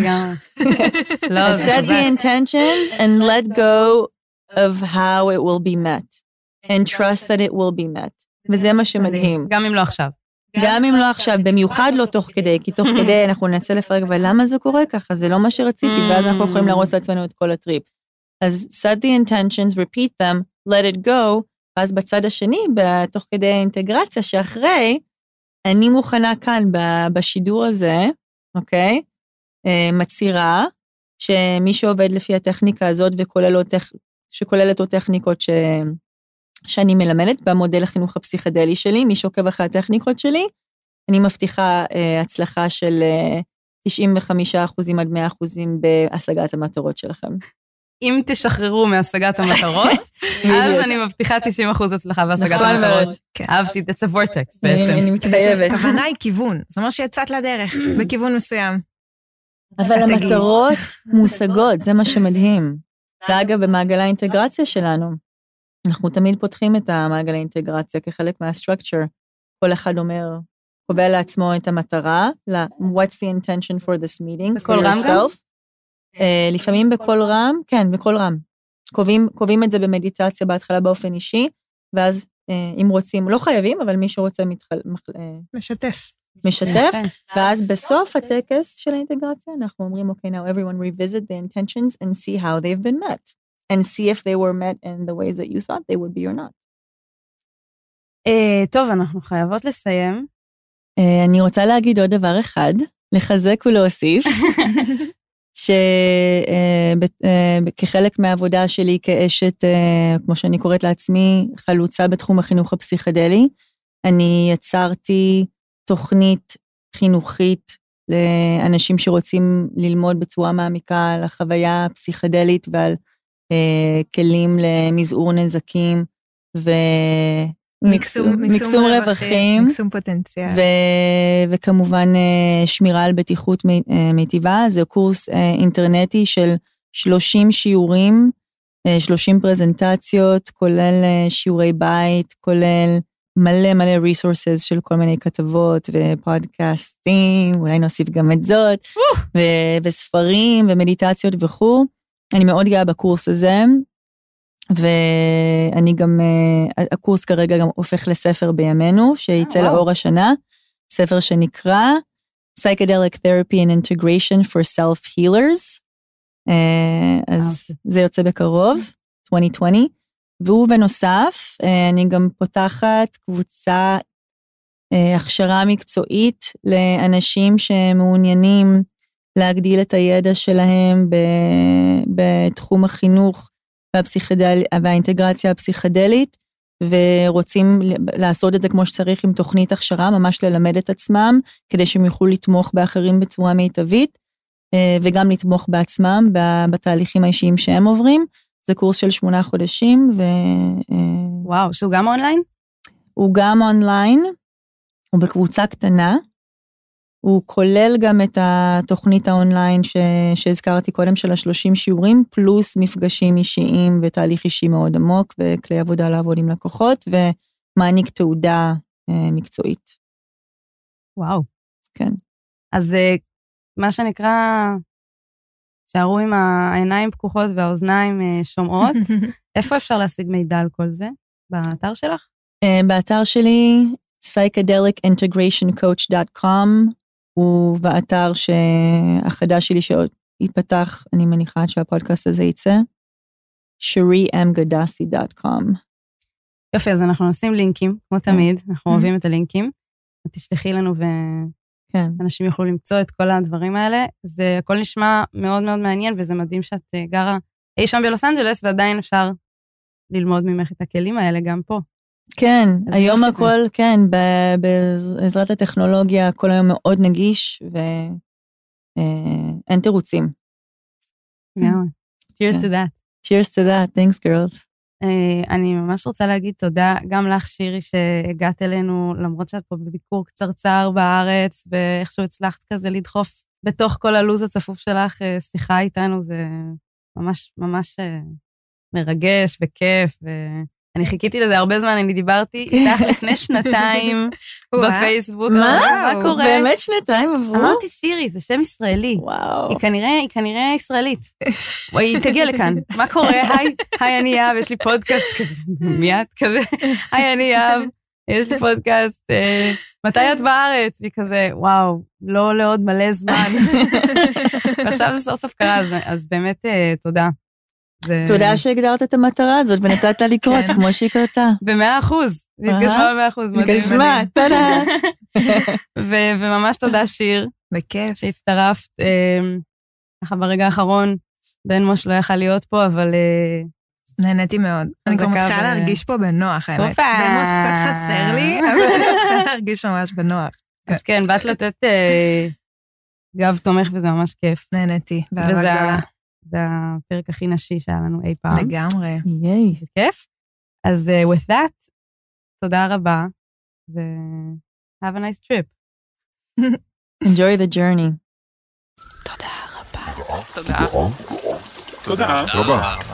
Set the intentions and let go of how it will be met. And trust that it will be met. וזה מה שמדהים. גם אם לא עכשיו. גם אם לא עכשיו, במיוחד לא תוך כדי, כי תוך כדי אנחנו ננסה לפרק, ולמה זה קורה ככה? זה לא מה שרציתי, ואז אנחנו יכולים להרוס לעצמנו את כל הטריפ. אז set the intentions, repeat them, let it go, ואז בצד השני, בתוך כדי האינטגרציה שאחרי, אני מוכנה כאן בשידור הזה, אוקיי? מצהירה, שמי שעובד לפי הטכניקה הזאת, שכוללת עוד טכניקות ש... שאני מלמדת במודל החינוך הפסיכדלי שלי, מי שעוקב אחרי הטכניקות שלי, אני מבטיחה הצלחה של תשעים וחמישה אחוזים עד מאה אחוזים בהשגת המטרות שלכם. אם תשחררו מהשגת המטרות, אז אני מבטיחה תשעים אחוז הצלחה בהשגת המטרות. אהבתי, that's a vortex בעצם. אני מתחייבת. הכוונה היא כיוון, זאת אומרת שיצאת לדרך, בכיוון מסוים. אבל המטרות מושגות, זה מה שמדהים. ואגב, במעגל האינטגרציה שלנו, אנחנו תמיד פותחים את המעגל האינטגרציה כחלק מהסטרקצ'ר. כל אחד אומר, קובע לעצמו את המטרה, what's the intention for this meeting? בכל רם גם? Uh, לפעמים בכל רם, כן, בכל רם. קובעים, קובעים את זה במדיטציה בהתחלה באופן אישי, ואז uh, אם רוצים, לא חייבים, אבל מי שרוצה מתחל... Uh, משתף. משתף, ואז בסוף הטקס של האינטגרציה, אנחנו אומרים, okay, now everyone revisit the intentions and see how they've been met. And see if they were met in the ways that you thought they would be or not. Uh, טוב, אנחנו חייבות לסיים. Uh, אני רוצה להגיד עוד דבר אחד, לחזק ולהוסיף, שכחלק uh, uh, מהעבודה שלי כאשת, uh, כמו שאני קוראת לעצמי, חלוצה בתחום החינוך הפסיכדלי, אני יצרתי תוכנית חינוכית לאנשים שרוצים ללמוד בצורה מעמיקה על החוויה הפסיכדלית ועל כלים למזעור נזקים ומקסום רווחים, מקסום פוטנציאל. וכמובן שמירה על בטיחות מיטיבה. זה קורס אינטרנטי של שלושים שיעורים, שלושים פרזנטציות, כולל שיעורי בית, כולל מלא מלא resources של כל מיני כתבות ופודקאסטים, אולי נוסיף גם את זאת, וספרים ומדיטציות וכו'. אני מאוד גאה בקורס הזה, ואני גם, הקורס כרגע גם הופך לספר בימינו, שיצא oh, wow. לאור השנה, ספר שנקרא Psychedelic Therapy and Integration for Self-Healers, אז oh. זה יוצא בקרוב, עשרים עשרים, והוא בנוסף, אני גם פותחת קבוצה, הכשרה מקצועית לאנשים שמעוניינים, להגדיל את הידע שלהם בתחום החינוך והפסיכדל, והאינטגרציה הפסיכדלית, ורוצים לעשות את זה כמו שצריך עם תוכנית הכשרה, ממש ללמד את עצמם, כדי שהם יוכלו לתמוך באחרים בצורה מיטבית. וגם לתמוך בעצמם בתהליכים האישיים שהם עוברים. זה קורס של שמונה חודשים. ו... וואו, שהוא גם אונליין? הוא גם אונליין, הוא בקבוצה קטנה, הוא כולל גם את התוכנית האונליין ש... שהזכרתי קודם של השלושים שיעורים, פלוס מפגשים אישיים ותהליך אישי מאוד עמוק, וכלי עבודה לעבוד עם לקוחות, ומעניק תעודה מקצועית. וואו. כן. אז מה שנקרא, שערו עם העיניים פקוחות והאוזניים שומעות, איפה אפשר להשיג מידע על כל זה? באתר שלך? באתר שלי, psychedelic integration coach דוט קום, הוא באתר החדש שלי שעוד ייפתח, אני מניחה שהפודקאסט הזה יצא, שרי אם גדסי דוט קום. יופי, אז אנחנו נשים לינקים, כמו תמיד, אנחנו אוהבים את הלינקים, תשלחי לנו ואנשים יוכלו למצוא את כל הדברים האלה, זה הכל נשמע מאוד מאוד מעניין, וזה מדהים שאת גרה אי שם בלוס אנג'לס, ועדיין אפשר ללמוד ממך את הכלים האלה גם פה. כן, היום הכל, כן, בעזרת הטכנולוגיה, הכל היום מאוד נגיש, ואין תירוצים. Cheers to that. Cheers to that, thanks girls. אני ממש רוצה להגיד תודה גם לך, שירי, שהגעת אלינו, למרות שאת פה בביקור קצרצר בארץ, ואיכשהו הצלחת כזה לדחוף בתוך כל הלוז הצפוף שלך, שיחה איתנו, זה ממש ממש מרגש וכיף, ואני חיכיתי לזה הרבה זמן, אני דיברתי איתך לפני שנתיים בפייסבוק. מה? מה קורה? באמת שנתיים עברו? אמרתי, שירי, זה שם ישראלי. וואו. היא כנראה, היא כנראה ישראלית. היא תגיע לכאן. מה קורה? היי, היי, אני יאב, יש לי פודקאסט כזה, מיד כזה. היי, אני יאב, יש לי פודקאסט. מתי את בארץ? היא כזה, וואו, לא לעוד מלא זמן. ועכשיו זה סוף סוף קרה, אז באמת תודה. תודה שהגדרת את המטרה הזאת, ונתת לה לקרות כמו שהיא קרתה. במאה אחוז, התגשמה במאה אחוז, מדהים. התגשמה, תודה. וממש תודה שיר. בכיף. שהצטרפת, ככה ברגע האחרון, בן מוש לא יכל להיות פה, אבל... נהניתי מאוד. אני כבר מתחילה להרגיש פה בנוח, האמת. בן מוש קצת חסר לי, אבל אני מתחילה להרגיש ממש בנוח. אז כן, באת לתת גב תומך, וזה ממש כיף. נהניתי, באהבה גדולה. זה הפרק הכי נשי שהיה לנו אי פעם. לגמרי. ייי. זה כיף. אז uh, with that, תודה רבה, ו- have a nice trip. Enjoy the journey. תודה רבה. תודה. תודה רבה.